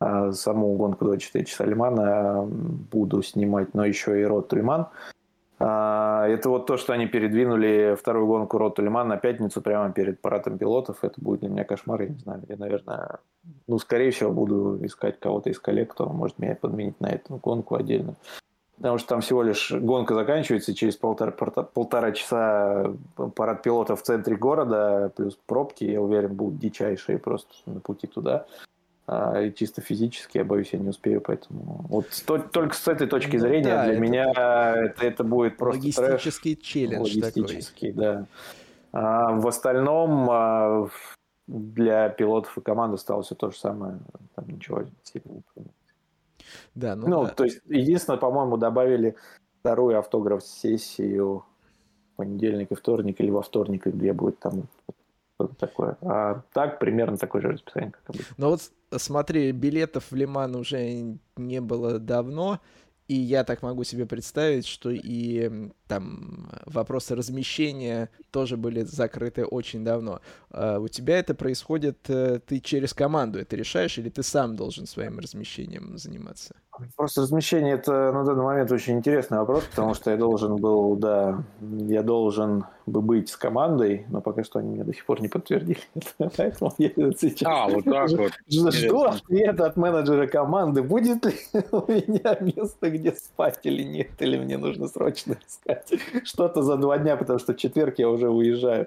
саму гонку двадцать четыре часа Лимана буду снимать, но еще и Road to Le Mans. Это вот то, что они передвинули вторую гонку Road to Le Mans на пятницу прямо перед парадом пилотов. Это будет для меня кошмар, я не знаю. Я, наверное, ну, скорее всего, буду искать кого-то из коллег, кто может меня подменить на эту гонку отдельно. Потому что там всего лишь гонка заканчивается, и через полтора, полтора часа парад пилотов в центре города, плюс пробки, я уверен, будут дичайшие просто на пути туда. И чисто физически, я боюсь, я не успею, поэтому вот то, только с этой точки зрения ну, да, для это меня это, это будет просто логистический трэш. челлендж логистический, такой. Да. А в остальном для пилотов и команд осталось все то же самое, там ничего сильно не поменялось. Да, ну, ну да. то есть единственное, по-моему, добавили вторую автограф-сессию в понедельник и вторник или во вторник, где будет там что-то такое. А так примерно такое же расписание, как обычно. Ну вот смотри, билетов в Лиман уже не было давно, и я так могу себе представить, что и там вопросы размещения тоже были закрыты очень давно. А у тебя это происходит, ты через команду это решаешь, или ты сам должен своим размещением заниматься? Просто размещение — это на данный момент очень интересный вопрос, потому что я должен был, да, я должен бы быть с командой, но пока что они мне до сих пор не подтвердили это, поэтому я сейчас а, вот так вот. жду ответа от менеджера команды, будет ли у меня место, где спать или нет, или мне нужно срочно искать что-то за два дня, потому что в четверг я уже уезжаю.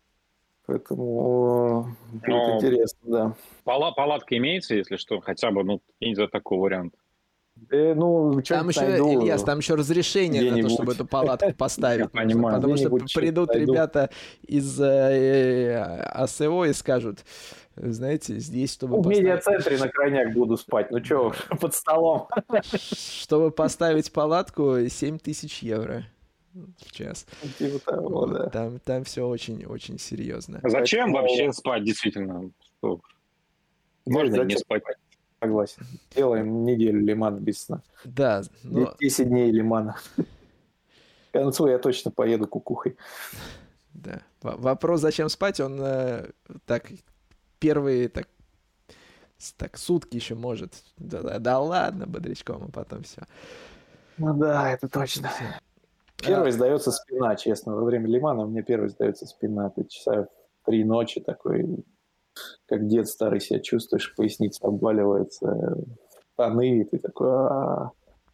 Поэтому будет но интересно, да. Палатка имеется, если что, хотя бы, ну, я не знаю, такой вариант. Э, ну, там еще, найду, Ильяс, там еще разрешение на то, чтобы эту палатку поставить. Я понимаю. Потому что придут найду. ребята из э, АСО и скажут, знаете, здесь, чтобы в поставить... медиацентре на крайняк буду спать. Ну что, под столом. Чтобы поставить палатку, семь тысяч евро в час. Типа того, вот, да. Там, там все очень-очень серьезно. Зачем Поэтому... вообще спать, действительно? Что? Можно не спать. Согласен. Делаем неделю Лимана без сна. Да. Но... десять дней Лимана. К концу я точно поеду кукухой. Да. Вопрос, зачем спать, он э, так, первые так, так сутки еще может. Да, да, да ладно, бодрячком, а потом все. Ну да, это точно. Первый а... сдается спина, честно. Во время Лимана мне первый сдается спина. Ты часа в три ночи такой... как дед старый себя чувствуешь, поясница обваливается, штаны, и ты такой, а-а-а,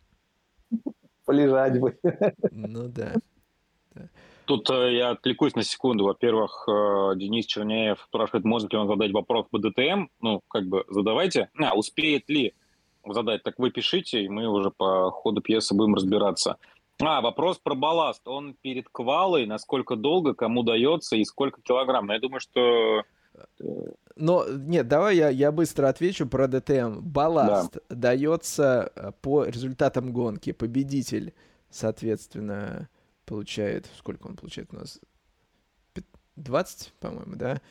полежать бы. Ну да. да. Тут э, я отвлекусь на секунду. Во-первых, э, Денис Черняев спрашивает, может ли он задать вопрос по ДТМ. Ну, как бы задавайте. А, успеет ли задать, так вы пишите, и мы уже по ходу пьесы будем разбираться. А, вопрос про балласт. Он перед квалой, насколько долго, кому дается и сколько килограмм. Но я думаю, что... Но, нет, давай я, я быстро отвечу про ДТМ. Балласт да. дается по результатам гонки. Победитель, соответственно, получает... Сколько он получает у нас? двадцать, по-моему, да?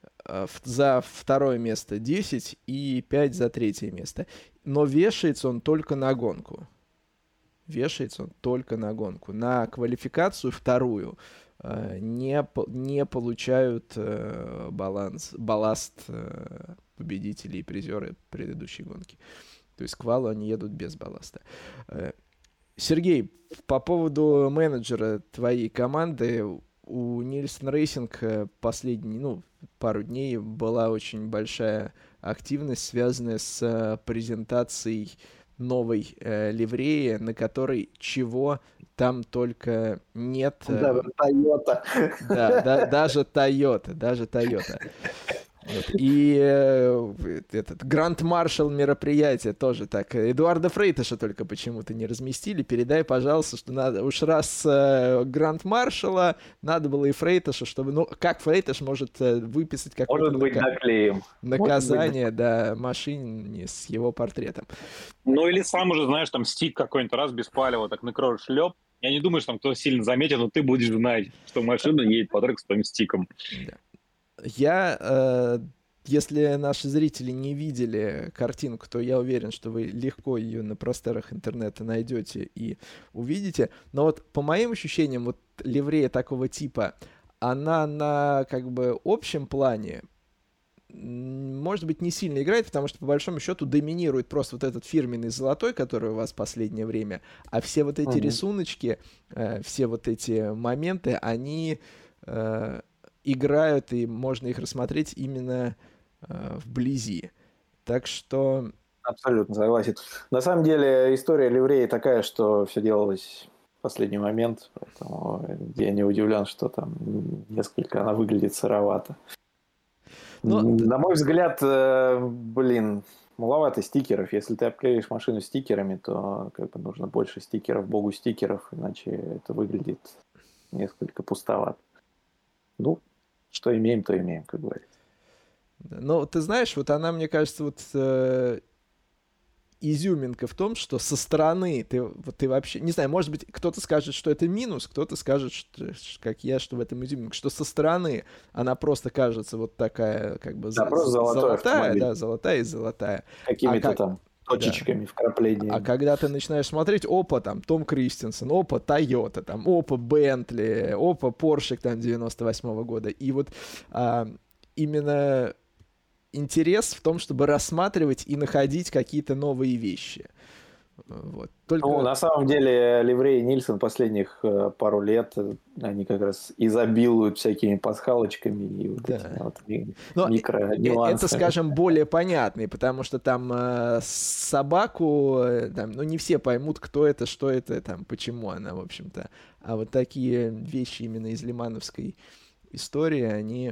За второе место десять и пять за третье место. Но вешается он только на гонку. Вешается он только на гонку. На квалификацию вторую не, не получают э, баланс, балласт э, победители и призеры предыдущей гонки. То есть к квалу они едут без балласта. Э, Сергей, по поводу менеджера твоей команды, у Nielsen Racing последние, ну, пару дней была очень большая активность, связанная с презентацией новой э, ливреи, на которой чего там только нет. Даже Toyota. Да, да, даже Toyota, даже Toyota. Вот. И э, этот гранд-маршал мероприятия тоже так. Эдуарда Фрейташа только почему-то не разместили. Передай, пожалуйста, что надо уж раз э, гранд-маршала, надо было и Фрейташа, чтобы... Ну, как Фрейташ может э, выписать какое-то может быть, нака... наклеим. наказание, может быть, да, машине с его портретом. Ну, или сам уже, знаешь, там стик какой-нибудь раз без палева, так накроешь шлеп. Я не думаю, что там кто сильно заметит, но ты будешь знать, что машина едет по треку с твоим стиком. Да. Я, э, если наши зрители не видели картинку, то я уверен, что вы легко ее на просторах интернета найдете и увидите. Но вот по моим ощущениям, вот ливрея такого типа, она на как бы общем плане может быть, не сильно играет, потому что, по большому счету, доминирует просто вот этот фирменный золотой, который у вас в последнее время, а все вот эти uh-huh. рисуночки, э, все вот эти моменты, они э, играют, и можно их рассмотреть именно э, вблизи. Так что... Абсолютно согласен. На самом деле, история ливреи такая, что все делалось в последний момент, поэтому я не удивлен, что там несколько она выглядит сыровато. Но... На мой взгляд, блин, маловато стикеров. Если ты обклеишь машину стикерами, то как бы нужно больше стикеров, богу стикеров, иначе это выглядит несколько пустовато. Ну, что имеем, то имеем, как говорится. Ну, ты знаешь, вот она, мне кажется, вот э, изюминка в том, что со стороны ты, вот ты вообще, не знаю, может быть, кто-то скажет, что это минус, кто-то скажет, что, как я, что в этом изюминка, что со стороны она просто кажется вот такая, как бы, да, за, золотая, да, золотая и золотая. Какими-то а там точечками, да. Вкраплениями. А когда ты начинаешь смотреть, опа, там, Том Кристенсен, опа, Тойота, там, опа, Бентли, опа, Поршик, там, девяносто восьмого года, и вот а, именно... интерес в том, чтобы рассматривать и находить какие-то новые вещи. Вот. Только... Ну, на самом деле, ливреи Нильсон последних э, пару лет, они как раз изобилуют всякими пасхалочками и вот да. этими вот ми- микро-нюансами. Это, скажем, более понятный, потому что там э, собаку, э, там, ну, не все поймут, кто это, что это, там, почему она, в общем-то. А вот такие вещи именно из лимановской истории, они,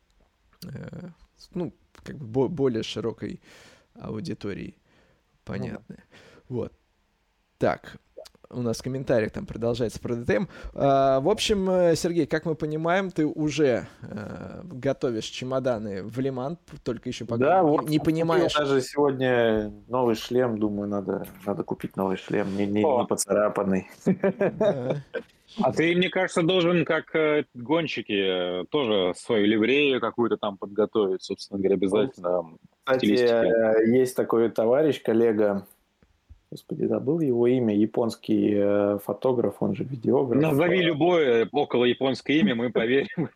э, ну, как бы более широкой аудитории понятны. Ну. Вот. Так, у нас в комментариях там продолжается про ДТМ. А, в общем, Сергей, как мы понимаем, ты уже а, готовишь чемоданы в Лиман, только еще пока да, не, вот не понимаешь. Даже сегодня новый шлем, думаю, надо, надо купить новый шлем, не, не, не поцарапанный. Да. А ты, мне кажется, должен, как э, гонщики, тоже свою ливрею какую-то там подготовить, собственно говоря, обязательно. Кстати, есть такой товарищ, коллега, господи, забыл его имя, японский э, фотограф, он же видеограф. Назови любое около японское имя, мы поверим.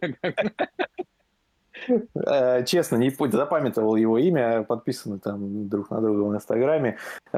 Честно, не запамятовал его имя, подписаны там друг на друга в Инстаграме.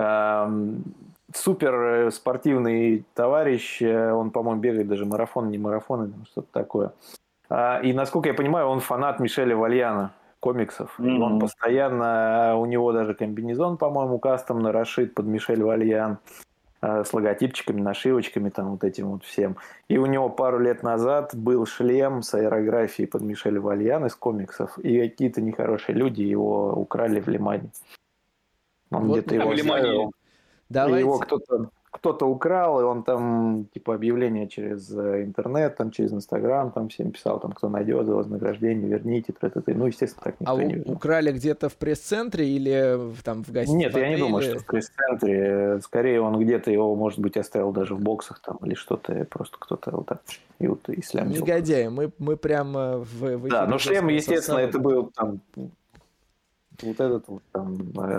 Супер спортивный товарищ, он, по-моему, бегает даже марафон, не марафон, что-то такое. И, насколько я понимаю, он фанат Мишеля Вальяна, комиксов. Mm-hmm. И он постоянно, у него даже комбинезон, по-моему, кастомно расшит под Мишель Вальян, с логотипчиками, нашивочками, там вот этим вот всем. И у него пару лет назад был шлем с аэрографией под Мишель Вальян из комиксов, и какие-то нехорошие люди его украли в Лимане. Он вот где-то его взял. Давайте. Его кто-то, кто-то украл, и он там, типа, объявление через интернет, там, через Инстаграм, там, всем писал, там, кто найдет за вознаграждение, верните, т-т-т. Ну, естественно, так никто а не вернул. А украли где-то в пресс-центре или там в гостинице? Нет, я не думаю, что в пресс-центре. Скорее, он где-то его, может быть, оставил даже в боксах там или что-то, просто кто-то вот так и вот и слямзил. Негодяи, мы, мы прямо в, в да, но шлем, естественно, это был там... Вот этот вот там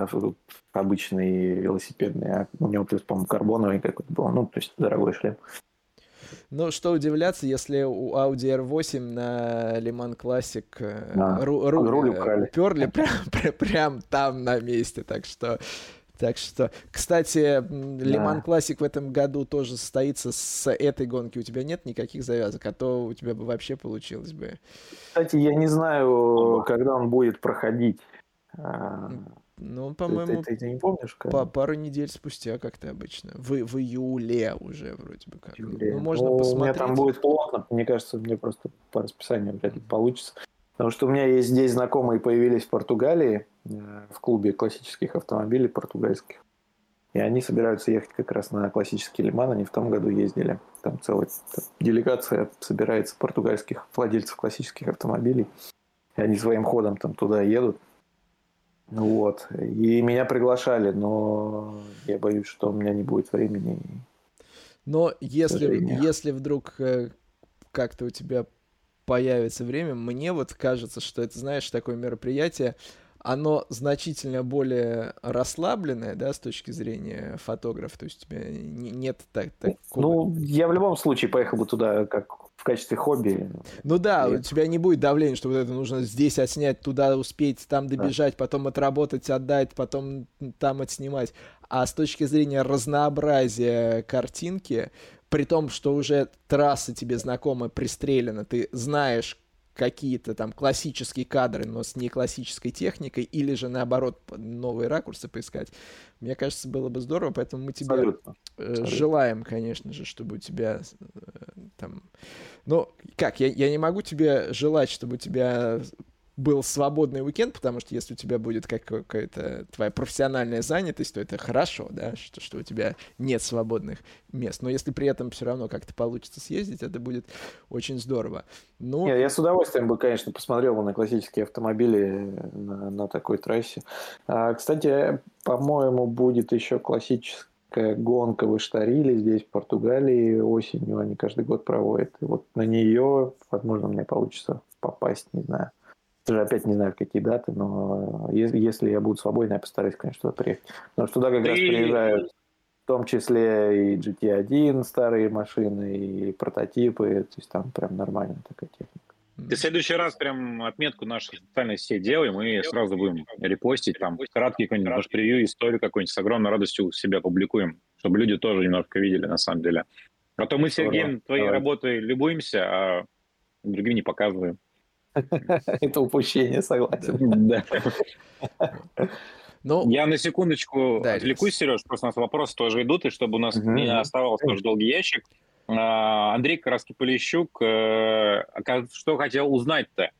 обычный велосипедный, а у него плюс, по-моему, карбоновый какой-то был, ну, то есть дорогой шлем. Ну, что удивляться, если у Audi эр восемь на Лиман Classic а, ру- руль уперли прям, прям, прям там на месте, так что... Так что, кстати, Лиман Classic в этом году тоже состоится с этой гонки. У тебя нет никаких завязок, а то у тебя бы вообще получилось бы. Кстати, я не знаю, когда он будет проходить. Ну, по-моему, ты, ты, ты не помнишь, по пару недель спустя, как-то обычно. В, в июле уже вроде бы как. Ну, можно ну, посмотреть. У меня там будет плотно. Мне кажется, мне просто по расписанию вряд ли получится. Потому что у меня есть здесь знакомые, появились в Португалии, в клубе классических автомобилей португальских. И они собираются ехать как раз на классический Лиман. Они в том году ездили. Там целая там, делегация собирается португальских владельцев классических автомобилей. И они своим ходом там туда едут. Вот. И меня приглашали, но я боюсь, что у меня не будет времени. Но если, если вдруг как-то у тебя появится время, мне вот кажется, что это, знаешь, такое мероприятие, оно значительно более расслабленное, да, с точки зрения фотографа, то есть у тебя не, нет так, такого... Ну, я в любом случае поехал бы туда как в качестве хобби. Ну да, И... у тебя не будет давления, что вот это нужно здесь отснять, туда успеть, там добежать, да. Потом отработать, отдать, потом там отснимать. А с точки зрения разнообразия картинки, при том, что уже трасса тебе знакома, пристрелена, ты знаешь какие-то там классические кадры, но с неклассической техникой, или же наоборот новые ракурсы поискать, мне кажется, было бы здорово, поэтому мы тебе Абсолютно. желаем, конечно же, чтобы у тебя там... Ну, как, я, я не могу тебе желать, чтобы у тебя был свободный уикенд, потому что если у тебя будет какая-то твоя профессиональная занятость, то это хорошо, да, что, что у тебя нет свободных мест. Но если при этом все равно как-то получится съездить, это будет очень здорово. Ну... Нет, я с удовольствием бы, конечно, посмотрел бы на классические автомобили на, на такой трассе. А, кстати, по-моему, будет еще классическая гонка в Эштариле здесь, в Португалии, осенью они каждый год проводят. И вот на нее, возможно, мне получится попасть, не знаю. Даже опять не знаю, в какие даты, но если, если я буду свободен, я постараюсь, конечно, туда приехать. Потому что туда как Ты... раз приезжают в том числе и джи ти один, старые машины, и прототипы. То есть там прям нормальная такая техника. Ты в следующий раз прям отметку наших социальных сетей делаем, и сразу будем репостить там краткий какой-нибудь наш превью, историю какую-нибудь с огромной радостью у себя публикуем, чтобы люди тоже немножко видели на самом деле. А то мы с Сергеем твоей Давай. работой любуемся, а другим не показываем. Это упущение, согласен. Да. Ну, я на секундочку да, отвлекусь, Сереж, просто у нас вопросы тоже идут, и чтобы у нас uh-huh. не оставался тоже долгий ящик. Андрей Караски-Полищук, что хотел узнать-то?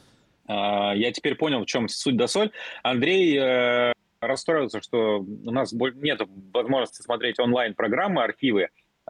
Я теперь понял, в чем суть да соль. Андрей расстроился, что у нас нет возможности смотреть онлайн-программы, архивы,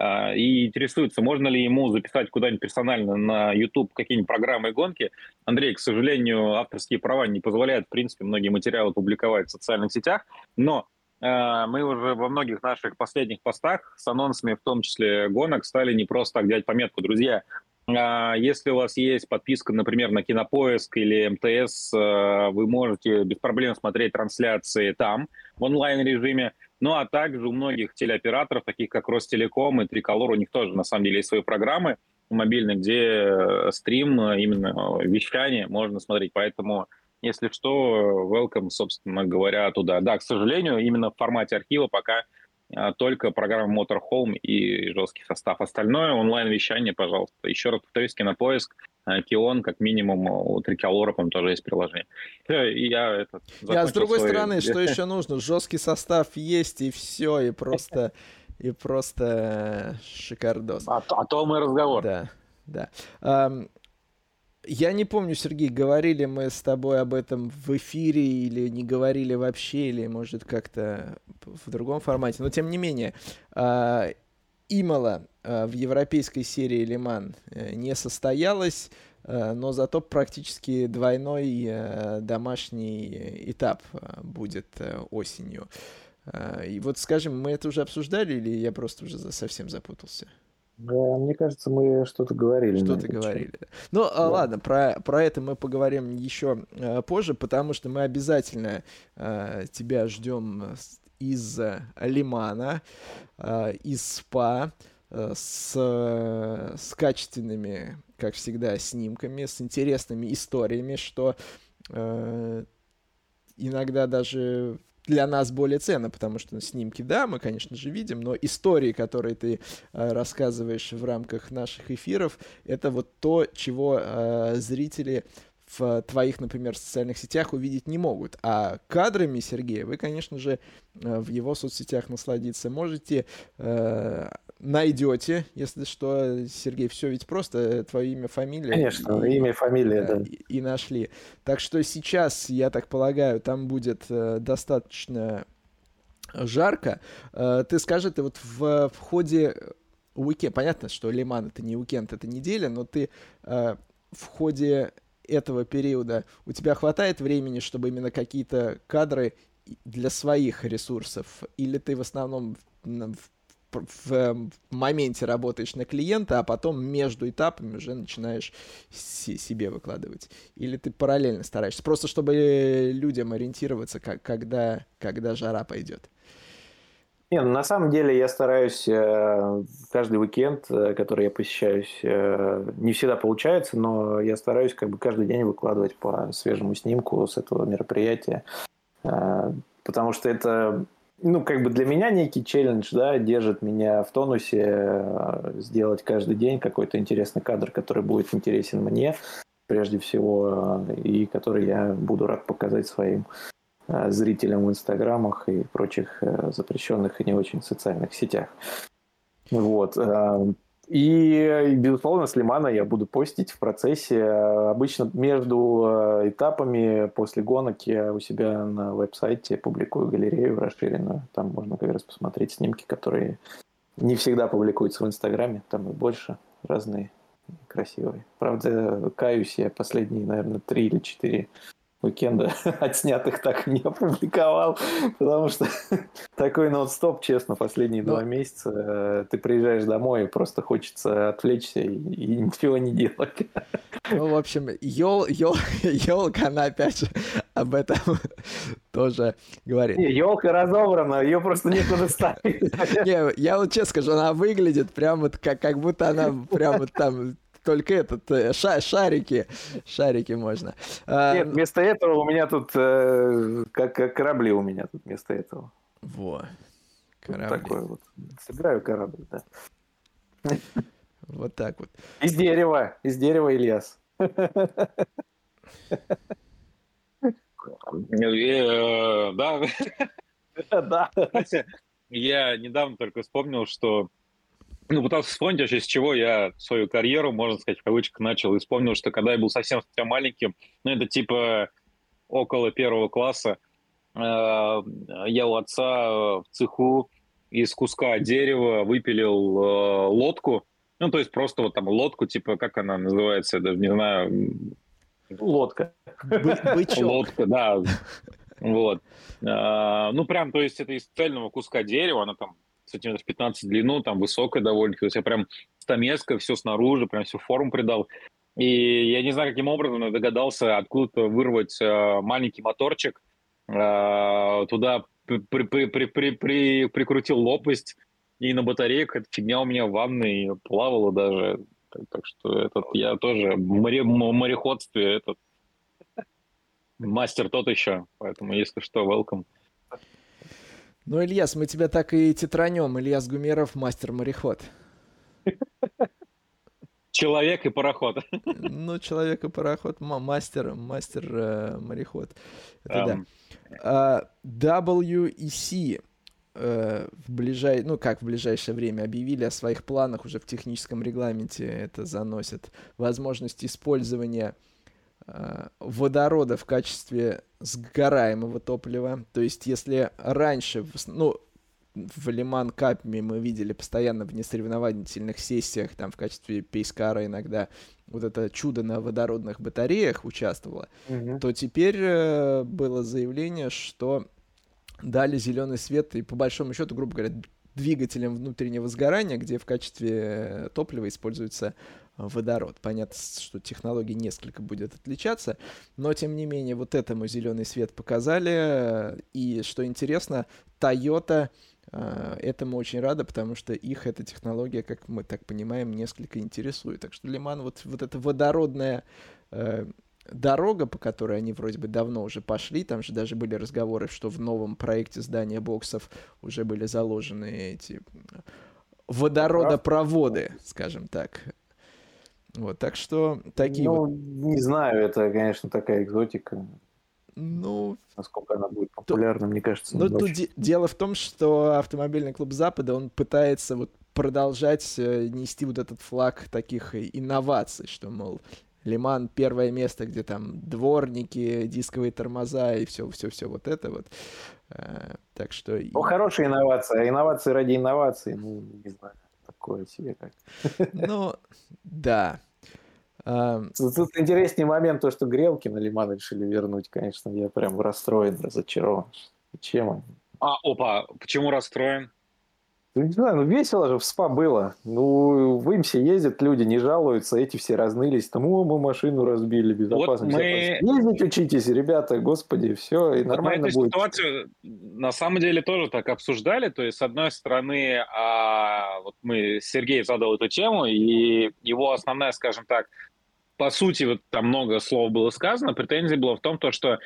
и интересуется, можно ли ему записать куда-нибудь персонально на YouTube какие-нибудь программы и гонки. Андрей, к сожалению, авторские права не позволяют, в принципе, многие материалы публиковать в социальных сетях, но э, мы уже во многих наших последних постах с анонсами, в том числе гонок, стали не просто так делать пометку. Друзья, э, если у вас есть подписка, например, на Кинопоиск или эм тэ эс, э, вы можете без проблем смотреть трансляции там, в онлайн-режиме. Ну, а также у многих телеоператоров, таких как Ростелеком и Триколор, у них тоже, на самом деле, есть свои программы мобильные, где стрим, именно вещание можно смотреть. Поэтому, если что, welcome, собственно говоря, туда. Да, к сожалению, именно в формате архива пока только программа Motorhome и жесткий состав. Остальное онлайн-вещание, пожалуйста. Еще раз повторюсь, Кинопоиск, Кион, как минимум, у Триколора, по-моему, тоже есть приложение. И я, это, я с другой свой... стороны, что еще нужно? Жесткий состав есть, и все, и просто, и просто шикардос. А, о том и разговор. Да, да. Um, я не помню, Сергей, говорили мы с тобой об этом в эфире или не говорили вообще, или, может, как-то в другом формате. Но, тем не менее, uh, Имола в европейской серии Лиман не состоялась, но зато практически двойной домашний этап будет осенью. И вот, скажем, мы это уже обсуждали, или я просто уже совсем запутался? Да, мне кажется, мы что-то говорили. Что-то говорили. Ну, да. ладно, про, про это мы поговорим еще позже, потому что мы обязательно тебя ждем из Лимана, из СПА, с, с качественными, как всегда, снимками, с интересными историями, что э, иногда даже для нас более ценно, потому что снимки, да, мы, конечно же, видим, но истории, которые ты э, рассказываешь в рамках наших эфиров, это вот то, чего э, зрители в твоих, например, социальных сетях увидеть не могут. А кадрами Сергея вы, конечно же, в его соцсетях насладиться можете. Найдете, если что, Сергей, все ведь просто, твое имя, фамилия. Конечно, и, имя, фамилия, да. И, и нашли. Так что сейчас, я так полагаю, там будет достаточно жарко. Ты скажи, ты вот в, в ходе уикенда, понятно, что Лиман это не уикенд, это неделя, но ты в ходе этого периода у тебя хватает времени, чтобы именно какие-то кадры для своих ресурсов, или ты в основном в моменте работаешь на клиента, а потом между этапами уже начинаешь себе выкладывать? Или ты параллельно стараешься? Просто чтобы людям ориентироваться, как, когда, когда жара пойдет. Не, ну, на самом деле я стараюсь э, каждый уикенд, э, который я посещаюсь, э, не всегда получается, но я стараюсь как бы каждый день выкладывать по свежему снимку с этого мероприятия, э, потому что это, ну, как бы для меня некий челлендж, да, держит меня в тонусе, э, сделать каждый день какой-то интересный кадр, который будет интересен мне, прежде всего, э, и который я буду рад показать своим зрителям в инстаграмах и прочих запрещенных и не очень социальных сетях. Вот. И, безусловно, с Лимана я буду постить в процессе. Обычно между этапами после гонок я у себя на веб-сайте публикую галерею расширенную. Там можно как раз посмотреть снимки, которые не всегда публикуются в инстаграме. Там и больше разные красивые. Правда, каюсь, я последние, наверное, три или четыре уикенда отснятых так и не опубликовал, потому что такой нон-стоп, честно, последние ну, два месяца ты приезжаешь домой и просто хочется отвлечься и, и ничего не делать. Ну, в общем, ел, ел, елка, она опять же об этом тоже говорит. Не, елка разобрана, ее просто некуда ставить. Не, я вот честно скажу, она выглядит прям вот как, как будто она прям вот там... Только этот, ша, шарики, шарики можно. Нет, вместо этого у меня тут, э, как, как корабли у меня тут вместо этого. Во, корабли. Вот такой вот. Собираю корабль, да. Вот так вот. Из дерева, из дерева, Ильяс. Да. Да. Я недавно только вспомнил, что Ну, пытался вспомнить вообще, с чего я свою карьеру, можно сказать, в кавычках, начал. И вспомнил, что когда я был совсем-совсем маленьким, ну, это типа около первого класса, э, я у отца в цеху из куска дерева выпилил э, лодку. Ну, то есть просто вот там лодку, типа, как она называется, я даже не знаю. Лодка. Бычок. Лодка, да. Вот. Э, ну, прям, то есть это из цельного куска дерева, она там сантиметров пятнадцать в длину, там высокая довольно-таки, то есть я прям стамеска, все снаружи, прям всю форму придал. И я не знаю, каким образом я догадался откуда-то вырвать э, маленький моторчик, э, туда при, при, при, при, при, прикрутил лопасть, и на батарейках эта фигня у меня в ванной плавала даже. Так, так что этот, я тоже в море, мореходстве этот мастер тот еще, поэтому если что, welcome. Ну, Ильяс, мы тебя так и титранем. Ильяс Гумеров, мастер-мореход. Человек и пароход. Ну, человек и пароход, мастер, мастер-мореход. Это um. да. дабл ю и си в ближай... ну, как в ближайшее время объявили о своих планах, уже в техническом регламенте это заносят, возможность использования водорода в качестве сгораемого топлива. То есть, если раньше, ну, в Лиман Капе мы видели постоянно в несоревновательных сессиях, там в качестве пейскара иногда вот это чудо на водородных батареях участвовало, mm-hmm. то теперь э, было заявление, что дали зеленый свет и, по большому счету, грубо говоря, двигателем внутреннего сгорания, где в качестве топлива используется водород. Понятно, что технология несколько будет отличаться, но, тем не менее, вот этому зеленый свет показали. И, что интересно, Toyota э, этому очень рада, потому что их эта технология, как мы так понимаем, несколько интересует. Так что Лиман, вот, вот эта водородная э, дорога, по которой они вроде бы давно уже пошли, там же даже были разговоры, что в новом проекте здания боксов уже были заложены эти водородопроводы, скажем так. Вот, так что такие ну, вот... не знаю, это, конечно, такая экзотика. Ну... Насколько она будет популярна, то, мне кажется. Ну, тут де- дело в том, что автомобильный клуб Запада, он пытается вот продолжать э, нести вот этот флаг таких инноваций, что, мол, Лиман первое место, где там дворники, дисковые тормоза и все-все-все вот это вот. А, так что... Ну, хорошая инновация. Инновации ради инноваций, ну, не знаю, такое себе как. Ну, да. Тут интересный момент, то, что грелки на Лиман решили вернуть, конечно, я прям расстроен, разочарован. Чем они? А, опа, почему расстроен? Ну, не знаю, ну весело же в СПА было. Ну, в Имсе ездят люди, не жалуются, эти все разнылись. Там, о, мы машину разбили, безопасно. Вот мы... Ездить учитесь, ребята, господи, все, и нормально вот мы будет. эту ситуацию на самом деле тоже так обсуждали. То есть, с одной стороны, а, вот мы, Сергей задал эту тему, и его основная, скажем так, по сути, вот там много слов было сказано, претензия была в том, то, что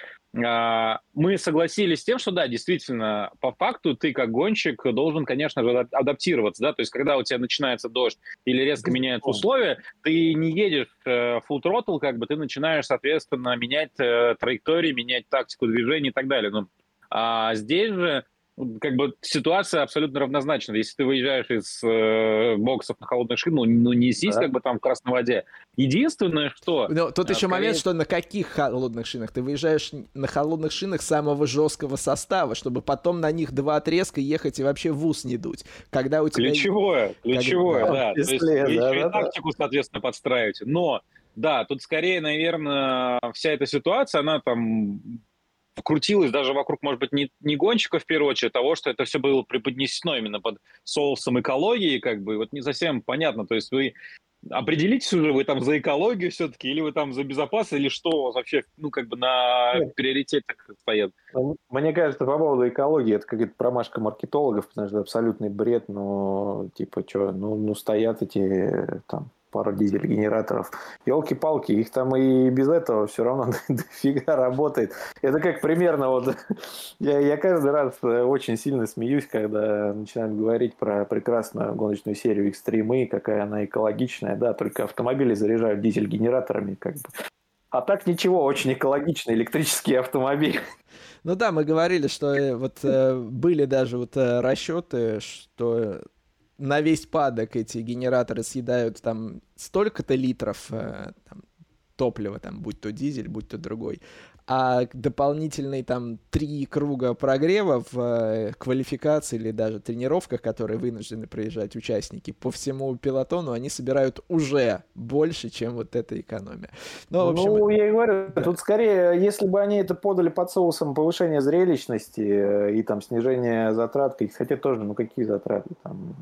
э, мы согласились с тем, что да, действительно, по факту ты как гонщик должен, конечно же, адаптироваться, да, то есть когда у тебя начинается дождь или резко меняются условия, ты не едешь э, full throttle, как бы ты начинаешь, соответственно, менять э, траектории, менять тактику движения и так далее. Ну, а здесь же как бы ситуация абсолютно равнозначна. Если ты выезжаешь из э, боксов на холодных шинах, ну, ну несись да. как бы там в красной воде. Единственное, что... Но тут а, еще скорее... момент, что на каких холодных шинах? Ты выезжаешь на холодных шинах самого жесткого состава, чтобы потом на них два отрезка ехать и вообще в ус не дуть. Когда у тебя... Ключевое, ключевое, Когда... да. да. То есть да, вы да, еще да, и тактику, соответственно, подстраиваете. Но, да, тут скорее, наверное, вся эта ситуация, она там... крутилось даже вокруг, может быть, не, не гонщиков в первую очередь, а того, что это все было преподнесено именно под соусом экологии, как бы, вот не совсем понятно. То есть вы определитесь уже, вы там за экологию все-таки, или вы там за безопасность, или что у вас вообще, ну, как бы на Нет. приоритетах стоят? Мне кажется, по поводу экологии, это какая-то промашка маркетологов, потому что это абсолютный бред, но, типа, что, ну, ну, стоят эти, там, пару дизель-генераторов. Елки-палки, их там и без этого все равно дофига работает. Это как примерно вот... я, я каждый раз очень сильно смеюсь, когда начинаем говорить про прекрасную гоночную серию Extreme, какая она экологичная. Да, только автомобили заряжают дизель-генераторами, как бы. А так ничего, очень экологичный электрический автомобиль. Ну да, мы говорили, что э, вот э, были даже вот э, расчеты, что на весь падок эти генераторы съедают там столько-то литров э, там, топлива, там, будь то дизель, будь то другой, а дополнительные там три круга прогрева в э, квалификации или даже тренировках, которые вынуждены проезжать участники по всему пелотону, они собирают уже больше, чем вот эта экономия. Но, в общем, ну, я и говорю, да. Тут скорее, если бы они это подали под соусом повышения зрелищности и там снижения затрат, хотя тоже, ну какие затраты там,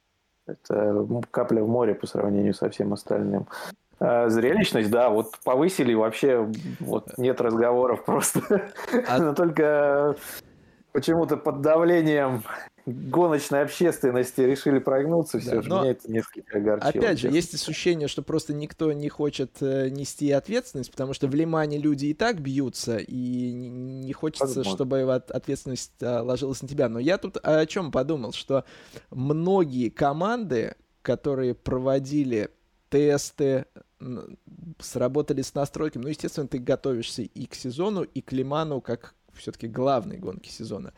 это капля в море по сравнению со всем остальным. А зрелищность, да, вот повысили, вообще вот нет разговоров просто. А... Но только почему-то под давлением гоночной общественности решили прогнуться, все, да, меня это несколько огорчило. Опять же, есть ощущение, что просто никто не хочет э, нести ответственность, потому что в Лимане люди и так бьются, и не, не хочется, Возможно. чтобы от, ответственность э, ложилась на тебя. Но я тут о чем подумал, что многие команды, которые проводили тесты, сработали с настройками, ну, естественно, ты готовишься и к сезону, и к Лиману, как все-таки главной гонки сезона.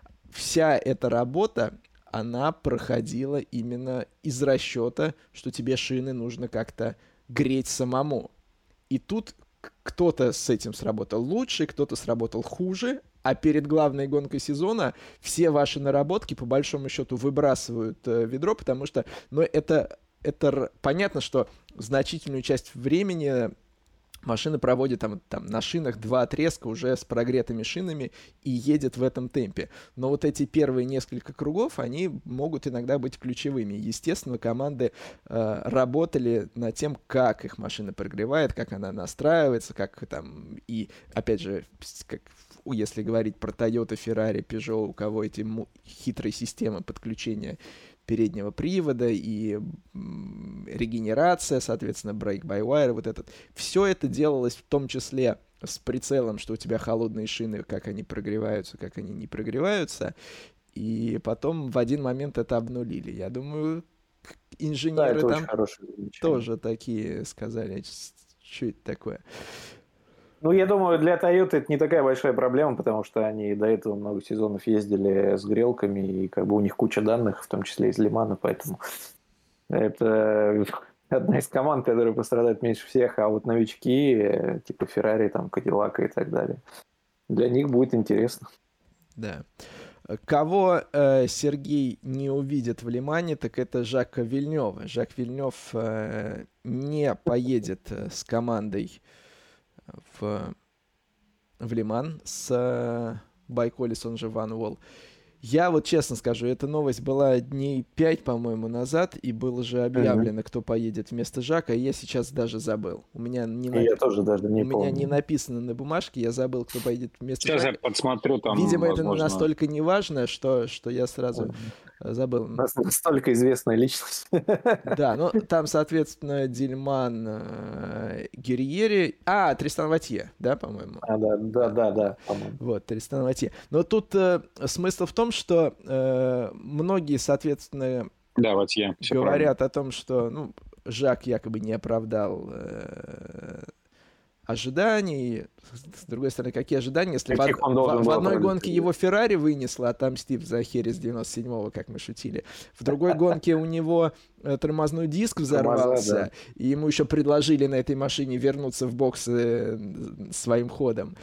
Вся эта работа, она проходила именно из расчета, что тебе шины нужно как-то греть самому. И тут кто-то с этим сработал лучше, кто-то сработал хуже, а перед главной гонкой сезона все ваши наработки, по большому счету, выбрасывают э, в ведро, потому что, ну, это, это понятно, что значительную часть времени машина проводит там, там на шинах два отрезка уже с прогретыми шинами и едет в этом темпе. Но вот эти первые несколько кругов, они могут иногда быть ключевыми. Естественно, команды э, работали над тем, как их машина прогревает, как она настраивается, как там... И, опять же, как, если говорить про Toyota, Ferrari, Peugeot, у кого эти му- хитрые системы подключения переднего привода и м, регенерация, соответственно, brake-by-wire, вот этот. Все это делалось в том числе с прицелом, что у тебя холодные шины, как они прогреваются, как они не прогреваются, и потом в один момент это обнулили. Я думаю, инженеры да, там тоже такие сказали, что это такое. Ну, я думаю, для Toyota это не такая большая проблема, потому что они до этого много сезонов ездили с грелками, и как бы у них куча данных, в том числе из Лимана, поэтому это одна из команд, которая пострадает меньше всех, а вот новички, типа Ferrari, там, Cadillac и так далее, для них будет интересно. Да. Кого э, Сергей не увидит в Лимане, так это Жака Вильнёва. Жак Вильнёв э, не поедет с командой в, в Лиман с Байколис, он же Ван Уолл. Я вот честно скажу, эта новость была дней пять, по-моему, назад, и было же объявлено, mm-hmm. кто поедет вместо Жака, и я сейчас даже забыл. У меня не, напи... я тоже даже не У помню. меня не написано на бумажке, я забыл, кто поедет вместо сейчас Жака. Сейчас я подсмотрю там, Видимо, возможно... это настолько неважно, что, что я сразу mm-hmm. забыл. У нас настолько известная личность. Да, ну там, соответственно, Дильман, э, Герьери, а, Тристан Ватье, да, по-моему? А, да, да, да, да, по-моему. Вот, Тристан Ватье. Но тут э, смысл в том, что э, многие, соответственно, да, Ватье, говорят о том, что ну, Жак якобы не оправдал э, ожиданий. С другой стороны, какие ожидания, если в, в, в одной гонке его Феррари вынесло, отомстив за Херес девяносто седьмого, как мы шутили. В другой гонке у него тормозной диск взорвался, Тормоза, да. и ему еще предложили на этой машине вернуться в бокс своим ходом.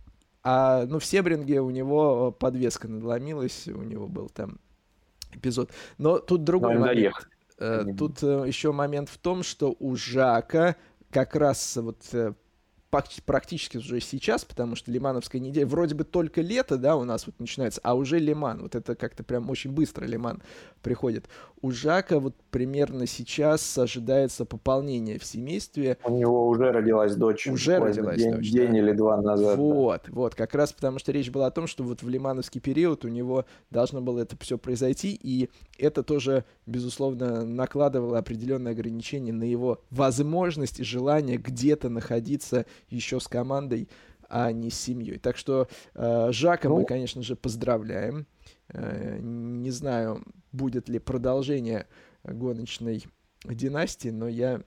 А ну, в Себринге у него подвеска надломилась, у него был там эпизод. Но тут другой Но момент. Тут еще момент в том, что у Жака как раз вот практически уже сейчас, потому что лимановская неделя, вроде бы только лето, да, у нас вот начинается, а уже Лиман, вот это как-то прям очень быстро Лиман приходит. У Жака вот примерно сейчас ожидается пополнение в семействе. У него уже родилась дочь. Уже родилась день, дочь, День да. или два назад. Вот, да. вот, как раз потому что речь была о том, что вот в лимановский период у него должно было это все произойти, и это тоже, безусловно, накладывало определенные ограничения на его возможность и желание где-то находиться еще с командой, а не с семьей. Так что э, Жака ну, мы, конечно же, поздравляем. Э, не знаю, будет ли продолжение гоночной династии, но я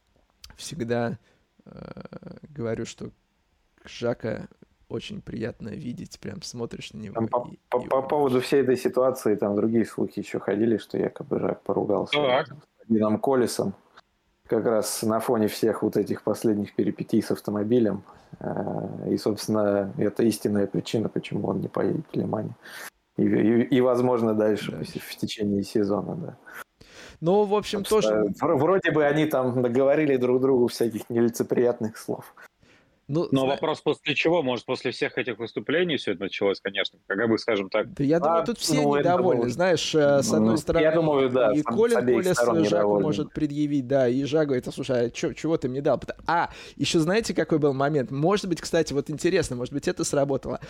всегда э, говорю, что Жака очень приятно видеть, прям смотришь на него. Там, и, по, и, по, и по поводу всей этой ситуации, там другие слухи еще ходили, что якобы Жак поругался так. с Дином Коллисом. Как раз на фоне всех вот этих последних перипетий с автомобилем. И, собственно, это истинная причина, почему он не поедет в Лимане. И, и, и возможно, дальше, дальше в течение сезона, да. Ну, в общем, Собственно, тоже... Вроде бы они там наговорили друг другу всяких нелицеприятных слов. Ну, Но зна... вопрос после чего? Может, после всех этих выступлений все это началось, конечно, как бы, скажем так. Да я а, думаю, тут все ну, недовольны. Было... Знаешь, с одной стороны, я думаю, да, и Колин Коллис Жаку может предъявить, да, и Жак говорит, а слушай, а чё, чего ты мне дал? А, еще знаете, какой был момент? Может быть, кстати, вот интересно, может быть, это сработало.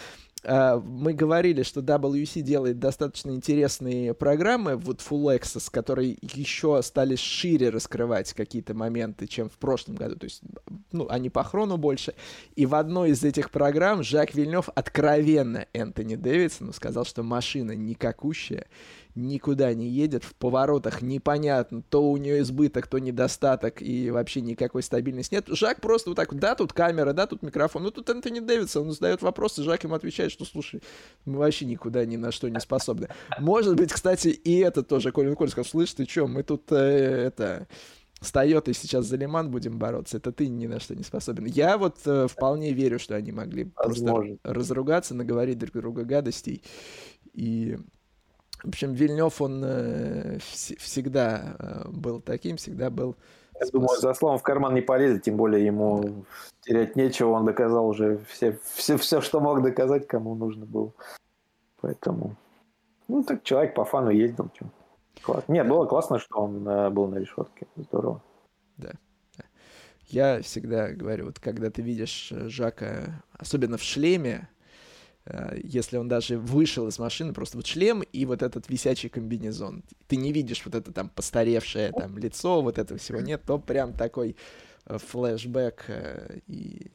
Мы говорили, что дабл ю си делает достаточно интересные программы, вот Full Access, которые еще стали шире раскрывать какие-то моменты, чем в прошлом году. То есть, ну, они по хрону больше. И в одной из этих программ Жак Вильнёв откровенно Энтони Дэвидсону сказал, что машина никакущая, никуда не едет, в поворотах непонятно, то у нее избыток, то недостаток, и вообще никакой стабильности нет. Жак просто вот так, да, тут камера, да, тут микрофон, ну тут Энтони Дэвидсон, он задает вопросы, Жак ему отвечает, что, слушай, мы вообще никуда ни на что не способны. Может быть, кстати, и это тоже Колин Коллис сказал, слышь, ты что, мы тут, э, это... с Тойотой сейчас за Лиман будем бороться, это ты ни на что не способен. Я вот э, вполне верю, что они могли Возможно. просто разругаться, наговорить друг другу гадостей. И, в общем, Вильнёв, он э, вс- всегда э, был таким, всегда был... Я спос... думаю, за словом в карман не полезет, тем более ему да. терять нечего, он доказал уже все, все, все, что мог доказать, кому нужно было. Поэтому, ну, так человек по фану ездил, чем. Класс. Нет, да. Было классно, что он э, был на решетке. Здорово. Да. да. Я всегда говорю, вот когда ты видишь Жака, особенно в шлеме, э, если он даже вышел из машины, просто вот шлем и вот этот висячий комбинезон. Ты не видишь вот это там постаревшее там лицо, вот этого всего нет, то прям такой э, флешбэк э, и...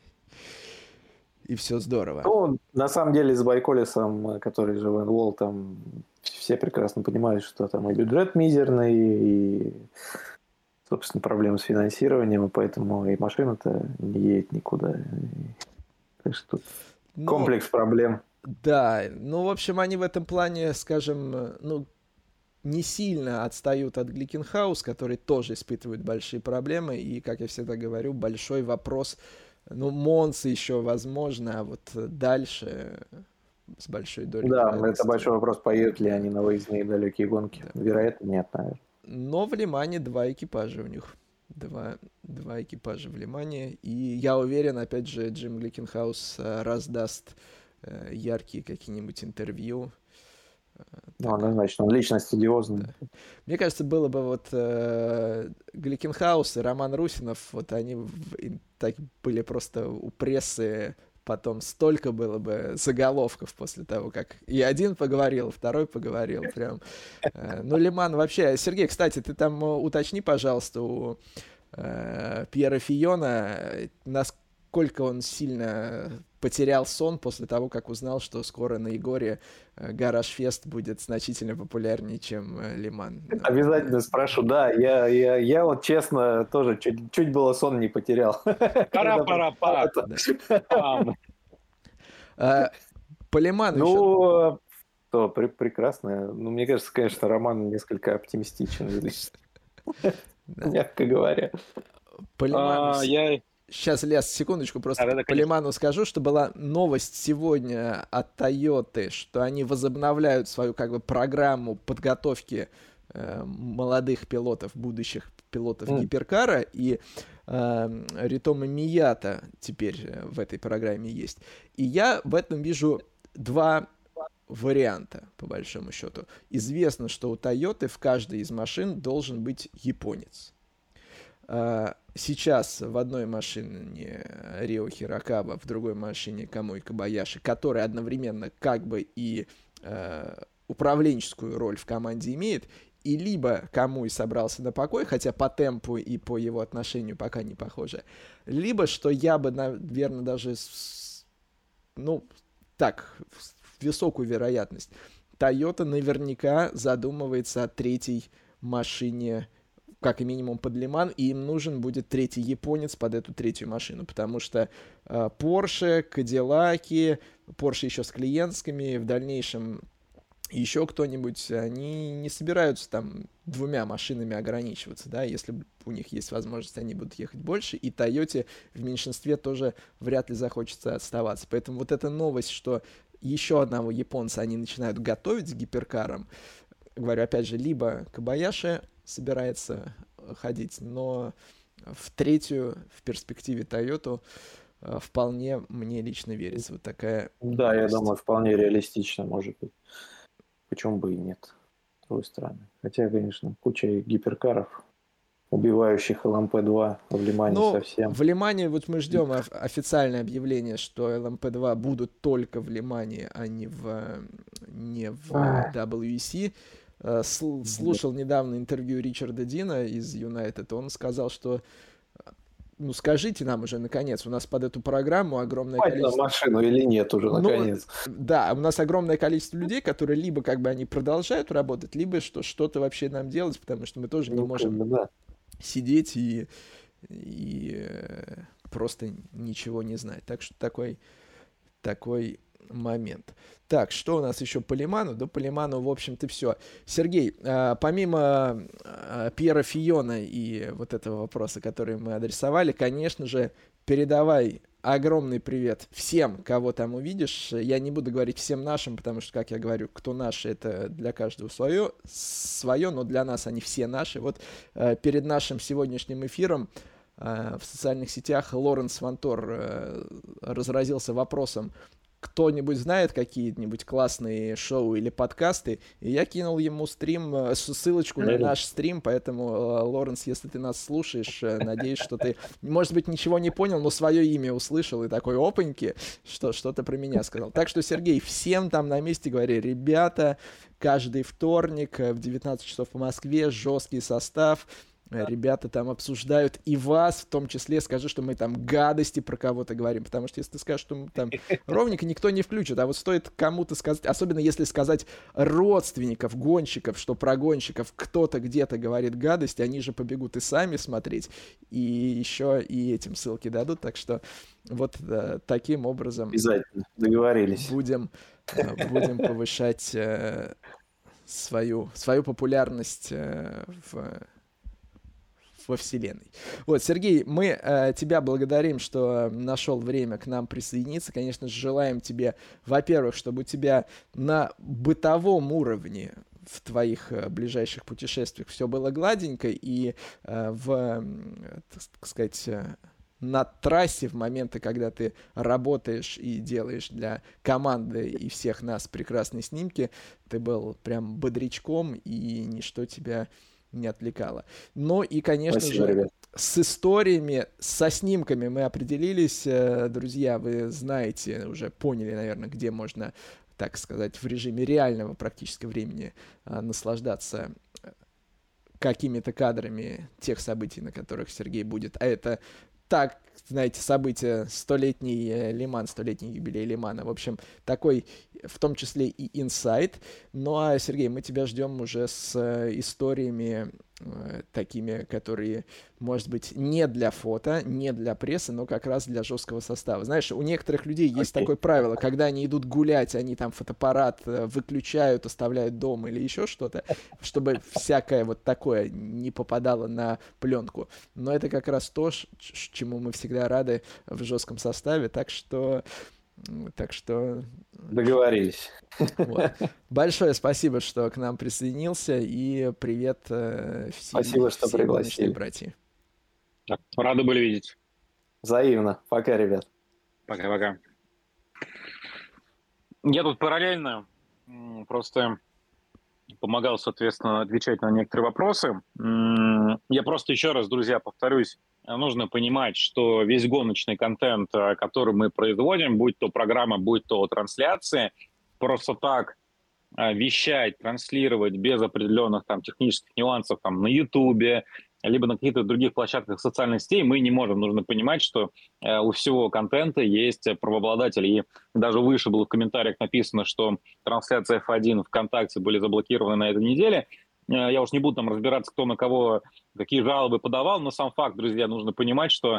И все здорово. Ну, на самом деле, с Байколисом, который же в Энвол, там все прекрасно понимают, что там и бюджет мизерный, и, собственно, проблемы с финансированием, и поэтому и машина-то не едет никуда. Так что ну, комплекс проблем. Да, ну, в общем, они в этом плане, скажем, ну, не сильно отстают от Гликенхаус, который тоже испытывает большие проблемы, и, как я всегда говорю, большой вопрос... Ну, Монца еще возможно, а вот дальше с большой долей. Да, это большой вопрос, поедут ли они на выездные далекие гонки. Да. Вероятно, нет, наверное. Но в Лимане два экипажа у них. Два, два экипажа в Лимане. И я уверен, опять же, Джим Гликенхаус раздаст яркие какие-нибудь интервью Ну, однозначно, он личность студиозная. Да. Мне кажется, было бы вот э, Гликенхаус и Роман Русинов, вот они в, и, так были просто у прессы, потом столько было бы заголовков после того, как и один поговорил, и второй поговорил, прям. Э, ну, Лиман вообще... Сергей, кстати, ты там уточни, пожалуйста, у э, Пьера Фийона, насколько он сильно потерял сон после того, как узнал, что скоро на Егоре Гараж-фест будет значительно популярнее, чем Лиман. Обязательно спрошу, да. Я, я, я вот честно тоже чуть, чуть было сон не потерял. Пара-пара-па. По Лиману Ну, то прекрасно. Ну, мне кажется, конечно, Роман несколько оптимистичен, мягко говоря. По Лиману... Сейчас, Ляс, секундочку, просто а, да, по Лиману скажу, что была новость сегодня от Toyota, что они возобновляют свою как бы программу подготовки э, молодых пилотов, будущих пилотов mm. гиперкара, и э, Ритомо Мията теперь в этой программе есть. И я в этом вижу два варианта, по большому счету. Известно, что у Toyota в каждой из машин должен быть японец. Сейчас в одной машине Рио Хирокава, в другой машине Камui Кобаяши, который одновременно как бы и э, управленческую роль в команде имеет, и либо Камui собрался на покой, хотя по темпу и по его отношению пока не похоже, либо, что я бы, наверное, даже, с, ну, так, высокую вероятность, Toyota наверняка задумывается о третьей машине, как и минимум под Лиман, и им нужен будет третий японец под эту третью машину, потому что э, Porsche, Cadillac, Porsche еще с клиентскими, в дальнейшем еще кто-нибудь, они не собираются там двумя машинами ограничиваться, да, если у них есть возможность, они будут ехать больше, и Toyota в меньшинстве тоже вряд ли захочется оставаться. Поэтому вот эта новость, что еще одного японца они начинают готовить с гиперкаром, говорю, опять же, либо Кобаяши собирается ходить, но в третью, в перспективе Toyota вполне мне лично верится. Вот такая Да, новость. Я думаю, вполне реалистично, может быть. Почему бы и нет, с другой стороны. Хотя, конечно, куча гиперкаров, убивающих эл эм пи два в Лимане ну, совсем. В Лимане вот мы ждем официальное объявление, что эл эм пи два будут только в Лимане, а не в, не в дабл ю и си. Слушал недавно интервью Ричарда Дина из United, он сказал, что ну скажите нам уже наконец, у нас под эту программу огромное Хватит количество... машину или нет уже ну, наконец. Да, у нас огромное количество людей, которые либо как бы они продолжают работать, либо что, что-то вообще нам делать, потому что мы тоже ну, не можем как бы, да. сидеть и, и просто ничего не знать. Так что такой, такой момент. Так, что у нас еще по Лиману? Да по Лиману, в общем-то, все. Сергей, э, помимо э, Пьера Фийона и вот этого вопроса, который мы адресовали, конечно же, передавай огромный привет всем, кого там увидишь. Я не буду говорить всем нашим, потому что, как я говорю, кто наши, это для каждого свое, свое, но для нас они все наши. Вот э, перед нашим сегодняшним эфиром э, в социальных сетях Лоренс Вантор э, разразился вопросом, кто-нибудь знает какие-нибудь классные шоу или подкасты, и я кинул ему стрим, ссылочку на наш стрим, поэтому, Лоренс, если ты нас слушаешь, надеюсь, что ты, может быть, ничего не понял, но свое имя услышал и такой опаньки, что что-то про меня сказал. Так что, Сергей, всем там на месте говори, ребята, каждый вторник в девятнадцать часов по Москве, жесткий состав, ребята там обсуждают и вас, в том числе, скажи, что мы там гадости про кого-то говорим, потому что если ты скажешь, что мы там ровненько, никто не включит, а вот стоит кому-то сказать, особенно если сказать родственников, гонщиков, что про гонщиков кто-то где-то говорит гадости, они же побегут и сами смотреть, и еще и этим ссылки дадут, так что вот э, таким образом обязательно договорились. Будем, э, будем повышать э, свою, свою популярность э, в во вселенной. Вот, Сергей, мы э, тебя благодарим, что нашел время к нам присоединиться. Конечно же, желаем тебе, во-первых, чтобы у тебя на бытовом уровне в твоих э, ближайших путешествиях все было гладенько и э, в, э, так сказать, э, на трассе, в моменты, когда ты работаешь и делаешь для команды и всех нас прекрасные снимки, ты был прям бодрячком, и ничто тебя не отвлекало. Ну и, конечно Спасибо, же, ребят. с историями, со снимками мы определились. Друзья, вы знаете, уже поняли, наверное, где можно, так сказать, в режиме реального практически времени наслаждаться какими-то кадрами тех событий, на которых Сергей будет. А это, так, знаете, события, столетний Лиман, столетний юбилей Лимана. В общем, такой, в том числе и инсайт. Ну а, Сергей, мы тебя ждем уже с историями э, такими, которые, может быть, не для фото, не для прессы, но как раз для жесткого состава. Знаешь, у некоторых людей есть okay. такое правило, когда они идут гулять, они там фотоаппарат выключают, оставляют дома или еще что-то, чтобы всякое вот такое не попадало на пленку. Но это как раз то, чему мы всегда рады в жестком составе, так что... Так что... Договорились. Вот. Большое спасибо, что к нам присоединился, и привет э, всем, спасибо, что всем пригласили. братья. Рады были видеть. Взаимно. Пока, ребят. Пока-пока. Я тут параллельно просто помогал, соответственно, отвечать на некоторые вопросы. Я просто еще раз, друзья, повторюсь, нужно понимать, что весь гоночный контент, который мы производим, будь то программа, будь то трансляции, просто так вещать, транслировать без определенных там технических нюансов там, на Ютубе, либо на каких-то других площадках социальных сетей мы не можем. Нужно понимать, что э, у всего контента есть правообладатели. И даже выше было в комментариях написано, что трансляция эф один ВКонтакте были заблокированы на этой неделе. Э, я уж не буду там разбираться, кто на кого какие жалобы подавал, но сам факт, друзья, нужно понимать, что э,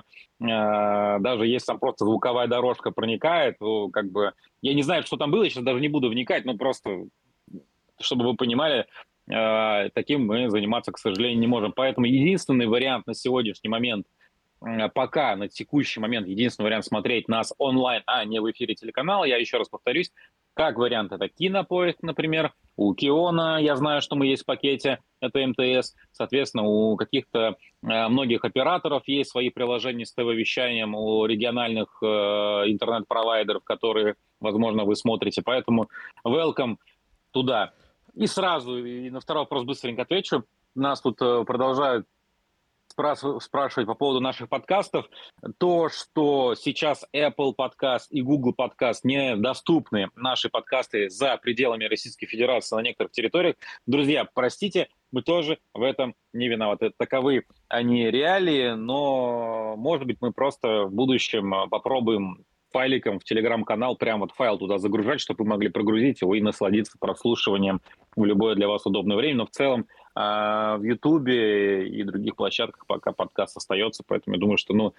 даже если там просто звуковая дорожка проникает, то как бы... Я не знаю, что там было, я сейчас даже не буду вникать, но просто, чтобы вы понимали, таким мы заниматься, к сожалению, не можем. Поэтому единственный вариант на сегодняшний момент, пока на текущий момент, единственный вариант смотреть нас онлайн, а не в эфире телеканала, я еще раз повторюсь, как вариант это Кинопоиск, например, у Киона, я знаю, что мы есть в пакете, это эм тэ эс, соответственно, у каких-то э, многих операторов есть свои приложения с ТВ-вещанием, у региональных э, интернет-провайдеров, которые, возможно, вы смотрите, поэтому welcome туда. И сразу, и на второй вопрос быстренько отвечу. Нас тут продолжают спрашивать по поводу наших подкастов. То, что сейчас Apple подкаст и Google подкаст недоступны, наши подкасты за пределами Российской Федерации на некоторых территориях. Друзья, простите, мы тоже в этом не виноваты. Таковы они реалии, но, может быть, мы просто в будущем попробуем файликом в телеграм-канал прям вот файл туда загружать, чтобы вы могли прогрузить его и насладиться прослушиванием в любое для вас удобное время. Но в целом э, в Ютубе и других площадках пока подкаст остается, поэтому я думаю, что ну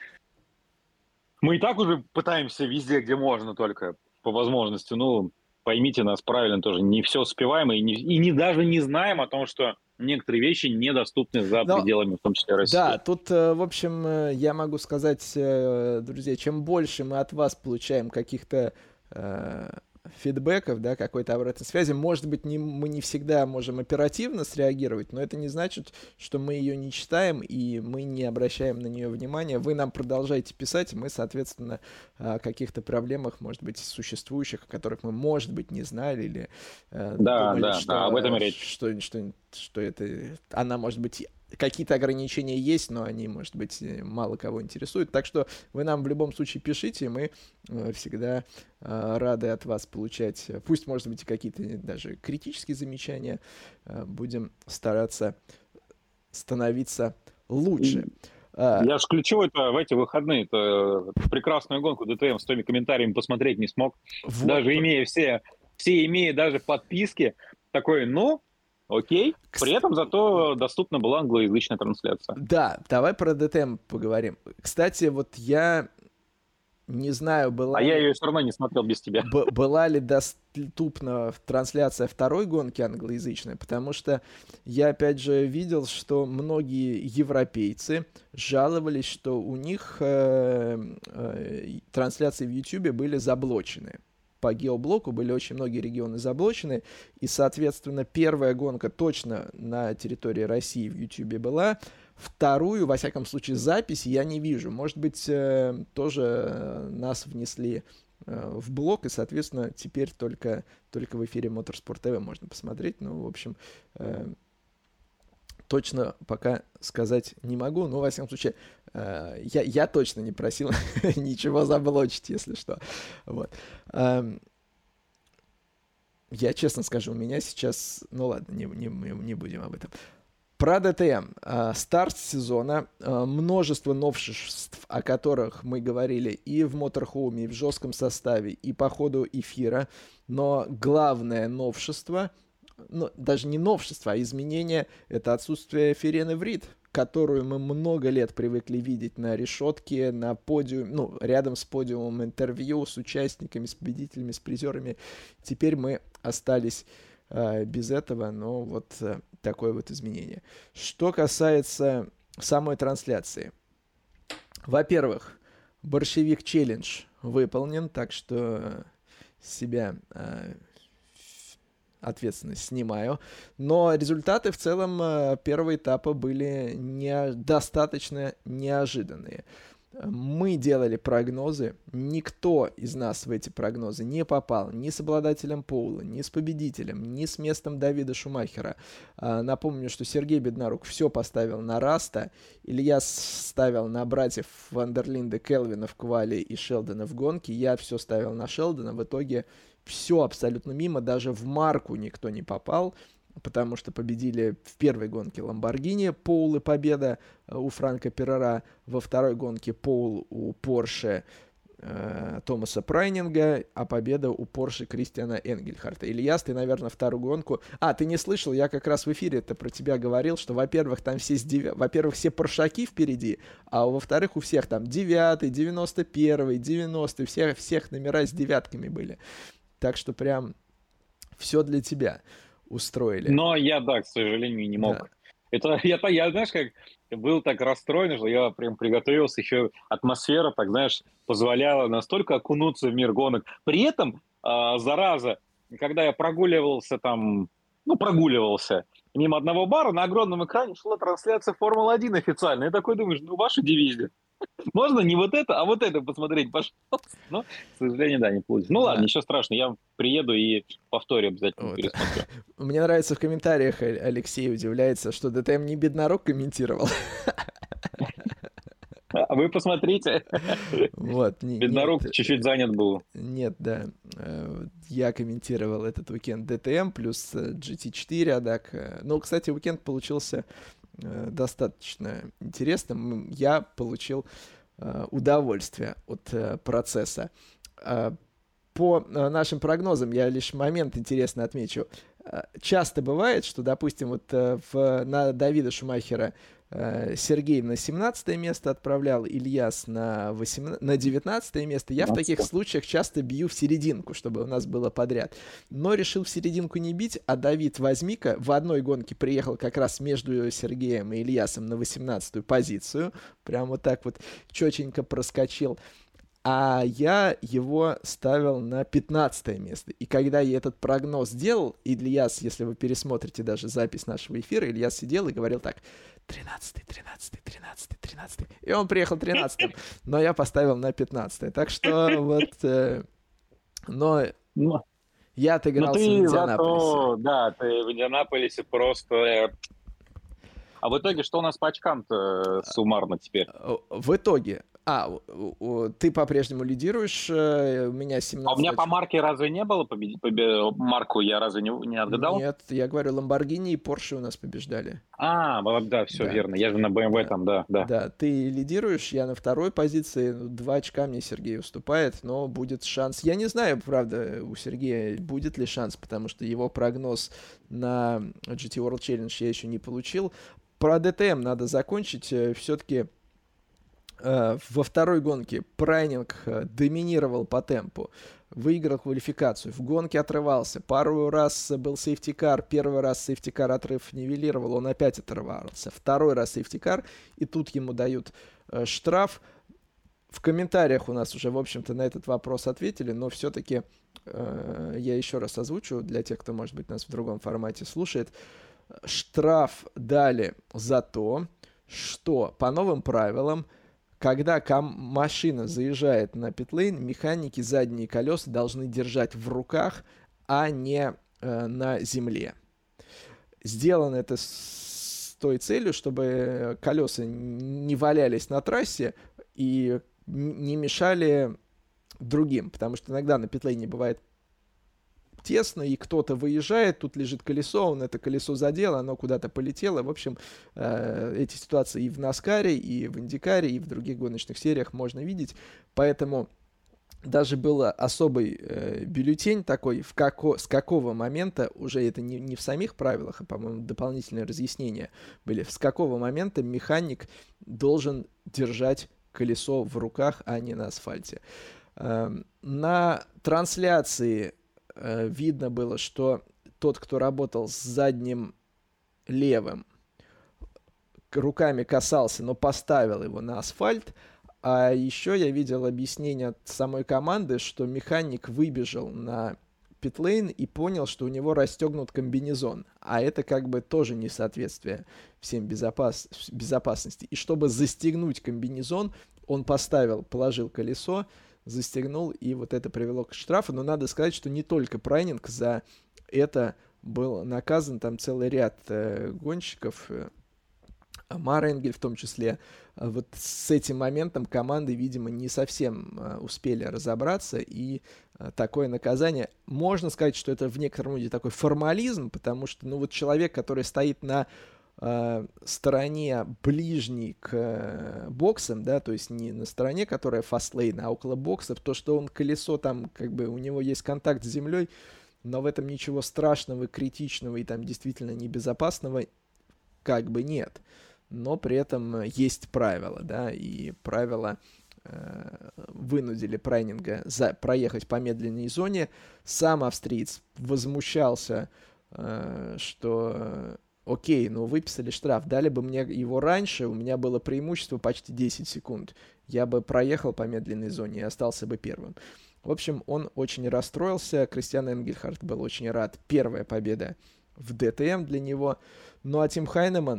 мы и так уже пытаемся везде, где можно, только по возможности. Ну, поймите нас правильно тоже, не все успеваем и, не, и не, даже не знаем о том, что некоторые вещи недоступны за Но, пределами, в том числе России. Да, тут, в общем, я могу сказать, друзья, чем больше мы от вас получаем каких-то э, фидбэков, да, какой-то обратной связи, может быть, не, мы не всегда можем оперативно среагировать, но это не значит, что мы ее не читаем и мы не обращаем на нее внимания. Вы нам продолжаете писать, и мы, соответственно, о каких-то проблемах, может быть, существующих, о которых мы, может быть, не знали или э, да, думали, да, что, да, об этом и речь. Что, что, что это, она, может быть, какие-то ограничения есть, но они, может быть, мало кого интересуют. Так что вы нам в любом случае пишите, мы всегда рады от вас получать, пусть, может быть, и какие-то даже критические замечания. Будем стараться становиться лучше. Я же ключевой-то в эти выходные-то прекрасную гонку дэ тэ эм с твоими комментариями посмотреть не смог. Вот. Даже имея все, все имея даже подписки, такой, ну... Окей, при этом зато доступна была англоязычная трансляция. Да, давай про дэ тэ эм поговорим. Кстати, вот я не знаю, была А ли... я ее все равно не смотрел без тебя. Б- была ли доступна трансляция второй гонки англоязычной, потому что я, опять же, видел, что многие европейцы жаловались, что у них э, э, трансляции в YouTube были заблочены. по геоблоку, были очень многие регионы заблочены, и, соответственно, первая гонка точно на территории России в Ютьюбе была, вторую, во всяком случае, запись я не вижу. Может быть, э, тоже нас внесли э, в блок, и, соответственно, теперь только, только в эфире Motorsport ти ви можно посмотреть. Ну, в общем, э, точно пока сказать не могу, но, во всяком случае, э, я, я точно не просил ничего заблочить, если что. Вот. Э, я честно скажу, у меня сейчас... Ну ладно, не, не, не будем об этом. Про ди ти эм. Э, старт сезона, э, множество новшеств, о которых мы говорили и в Motorhome, и в жестком составе, и по ходу эфира. Но главное новшество, ну, даже не новшество, а изменение, это отсутствие Фирены Врид, которую мы много лет привыкли видеть на решетке, на подиуме, ну, рядом с подиумом интервью, с участниками, с победителями, с призерами. Теперь мы остались э, без этого, но вот э, такое вот изменение. Что касается самой трансляции. Во-первых, борщевик челлендж выполнен, так что с себя э, ответственность снимаю. Но результаты в целом э, первого этапа были не, достаточно неожиданные. Мы делали прогнозы, никто из нас в эти прогнозы не попал, ни с обладателем пола, ни с победителем, ни с местом Давида Шумахера. А, напомню, что Сергей Беднарук все поставил на Раста, Илья ставил на братьев Вандерлинда, Келвина в квале и Шелдона в гонке, я все ставил на Шелдона, в итоге все абсолютно мимо, даже в марку никто не попал, потому что победили в первой гонке Ламборгини, Поул и победа у Франко Перера, во второй гонке Поул у Порше э, Томаса Прайнинга, а победа у Порше Кристиана Энгельхарта. Ильяс, ты, наверное, вторую гонку... А, ты не слышал, я как раз в эфире это про тебя говорил, что, во-первых, там все, с дев... во-первых, все поршаки впереди, а во-вторых, у всех там девятый, девяносто первый, девяностый, всех, всех номера с девятками были. Так что прям все для тебя устроили. Но я, да, к сожалению, не мог. Да. Это я, я, знаешь, как был так расстроен, что я прям приготовился, еще атмосфера, так, знаешь, позволяла настолько окунуться в мир гонок. При этом, э, зараза, когда я прогуливался там, ну, прогуливался мимо одного бара, на огромном экране шла трансляция Формулы один официально. И такой думаешь, ну, ваша дивизия. Можно не вот это, а вот это посмотреть, пожалуйста. Но, к сожалению, да, не получится. Ну да. Ладно, ничего страшного, я приеду и повторю обязательно, вот. Пересмотрю. Мне нравится в комментариях, Алексей удивляется, что ди ти эм не Беднарук комментировал. А вы посмотрите. Вот, не, Беднарук нет, чуть-чуть занят был. Нет, да. Я комментировал этот уикенд ди ти эм плюс джи ти четыре Адак. Ну, кстати, уикенд получился достаточно интересным. Я получил э, удовольствие от э, процесса. Э, по э, нашим прогнозам я лишь момент интересно отмечу. Э, часто бывает, что, допустим, вот э, в, на Давида Шумахера э, Сергей на семнадцатое место отправлял, Ильяс на, восемнадцатое, на девятнадцатое место. Я в таких случаях часто бью в серединку, чтобы у нас было подряд. Но решил в серединку не бить, а Давид возьми-ка в одной гонке приехал как раз между Сергеем и Ильясом на восемнадцатую позицию. Прям вот так вот четенько проскочил. А я его ставил на пятнадцатое место. И когда я этот прогноз делал, Ильяс, если вы пересмотрите даже запись нашего эфира, Ильяс сидел и говорил так: тринадцатый, тринадцатый, тринадцатый, тринадцатый. И он приехал тринадцатым, но я поставил на пятнадцатое. Так что вот... Э, но я отыгрался в Индианаполисе. Да, ты в Индианаполисе просто... А в итоге что у нас по очкам-то суммарно теперь? В итоге... А, ты по-прежнему лидируешь, у меня семнадцать. А у меня по марке разве не было победить? Марку я разве не, не отгадал? Нет, я говорю, Ламборгини и Порше у нас побеждали. А, да, все да. Верно, я же на бэ эм вэ да. Там, да, да. Да, ты лидируешь, я на второй позиции, два очка мне Сергей уступает, но будет шанс. Я не знаю, правда, у Сергея будет ли шанс, потому что его прогноз на джи ти World Challenge я еще не получил. Про ди ти эм надо закончить, все-таки... Во второй гонке Прайнинг доминировал по темпу, выиграл квалификацию, в гонке отрывался, пару раз был сейфтикар, первый раз сейфтикар отрыв нивелировал, он опять отрывался, второй раз сейфтикар, и тут ему дают штраф. в комментариях у нас уже, в общем-то, на этот вопрос ответили, но все-таки э, я еще раз озвучу для тех, кто, может быть, нас в другом формате слушает. Штраф дали за то, что по новым правилам, когда ком- машина заезжает на питлейн, механики задние колеса должны держать в руках, а не э, на земле. Сделано это с той целью, чтобы колеса не валялись на трассе и не мешали другим, потому что иногда на питлейне бывает тесно, и кто-то выезжает, тут лежит колесо, он это колесо задел, оно куда-то полетело. В общем, э, эти ситуации и в Наскаре, и в Индикаре, и в других гоночных сериях можно видеть. Поэтому даже был особый э, бюллетень такой, в како, с какого момента, уже это не, не в самих правилах, а, по-моему, дополнительные разъяснения были, с какого момента механик должен держать колесо в руках, а не на асфальте. Э, на трансляции э, видно было, что тот, кто работал с задним левым, руками касался, но поставил его на асфальт. А еще я видел объяснение от самой команды, что механик выбежал на питлейн и понял, что у него расстегнут комбинезон. А это как бы тоже несоответствие всем безопас... безопасности. И чтобы застегнуть комбинезон, он поставил, положил колесо, застегнул, и вот это привело к штрафу. Но надо сказать, что не только Прайнинг за это был наказан, там целый ряд э, гонщиков, э, Мар Энгель в том числе. Вот с этим моментом команды, видимо, не совсем uh, успели разобраться, и uh, такое наказание, можно сказать, что это в некотором роде такой формализм, потому что, ну, вот человек, который стоит на uh, стороне ближней к uh, боксам, да, то есть не на стороне, которая фастлейн, а около боксов, то, что он колесо там, как бы, у него есть контакт с землей, но в этом ничего страшного, критичного и там действительно небезопасного как бы нет. Но при этом есть правила, да, и правила э, вынудили Прайнинга за, проехать по медленной зоне. Сам австриец возмущался, э, что окей, ну выписали штраф, дали бы мне его раньше, у меня было преимущество почти десять секунд, я бы проехал по медленной зоне и остался бы первым. В общем, он очень расстроился, Кристиан Энгельхарт был очень рад, первая победа в ДТМ для него. Ну а Тим Хайнеман,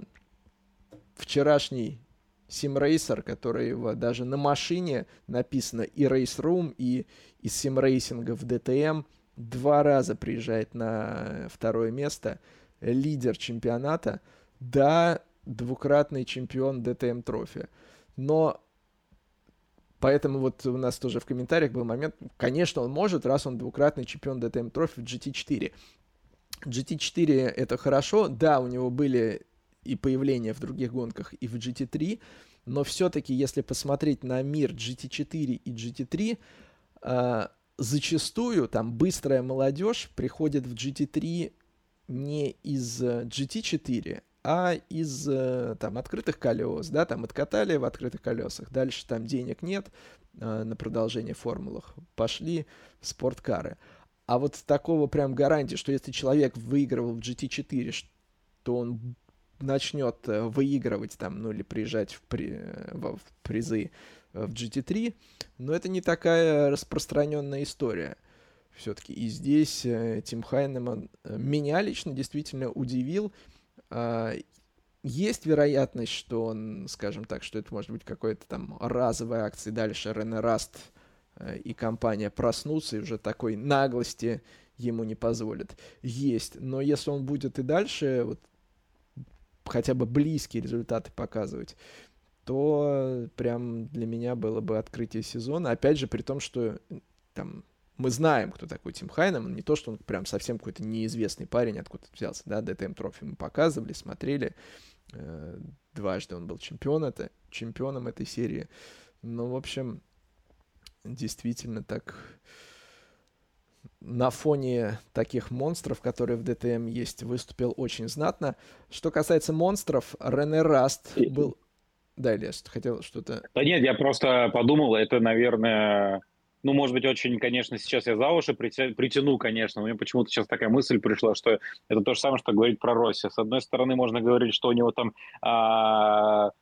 вчерашний симрейсер, который даже на машине написано и Race Room, и из симрейсинга в ДТМ, два раза приезжает на второе место, лидер чемпионата, да, двукратный чемпион ДТМ Трофи. Но поэтому вот у нас тоже в комментариях был момент, конечно, он может, раз он двукратный чемпион ДТМ Трофи в джи ти четыре. джи ти четыре это хорошо, да, у него были и появление в других гонках, и в джи ти три, но все-таки, если посмотреть на мир джи ти четыре и джи ти три, э, зачастую там быстрая молодежь приходит в джи ти три не из джи ти четыре, а из э, там открытых колес, да, там откатали в открытых колесах, дальше там денег нет э, на продолжение в формулах, пошли в спорткары. А вот такого прям гарантии, что если человек выигрывал в джи ти четыре, то он начнет выигрывать там, ну или приезжать в, при, в, в призы в джи ти три, но это не такая распространенная история все-таки. И здесь э, Тим Хайнеман меня лично действительно удивил. Э, есть вероятность, что он, скажем так, что это может быть какой-то там разовой акцией, дальше Рене Раст э, и компания проснутся и уже такой наглости ему не позволят. Есть, но если он будет и дальше вот хотя бы близкие результаты показывать, то прям для меня было бы открытие сезона. Опять же, при том, что там мы знаем, кто такой Тим Хайнеман, не то, что он прям совсем какой-то неизвестный парень, откуда взялся, да, ДТМ Трофи мы показывали, смотрели, э, дважды он был чемпион это, чемпионом этой серии. Ну, в общем, действительно так... на фоне таких монстров, которые в ДТМ есть, выступил очень знатно. Что касается монстров, Рене Раст был... Да, Ильяс, ты хотел что-то... Да нет, я просто подумал, это, наверное... Ну, может быть, очень, конечно, сейчас я за уши притяну, конечно, но мне почему-то сейчас такая мысль пришла, что это то же самое, что говорить про Росси. С одной стороны, можно говорить, что у него там... А...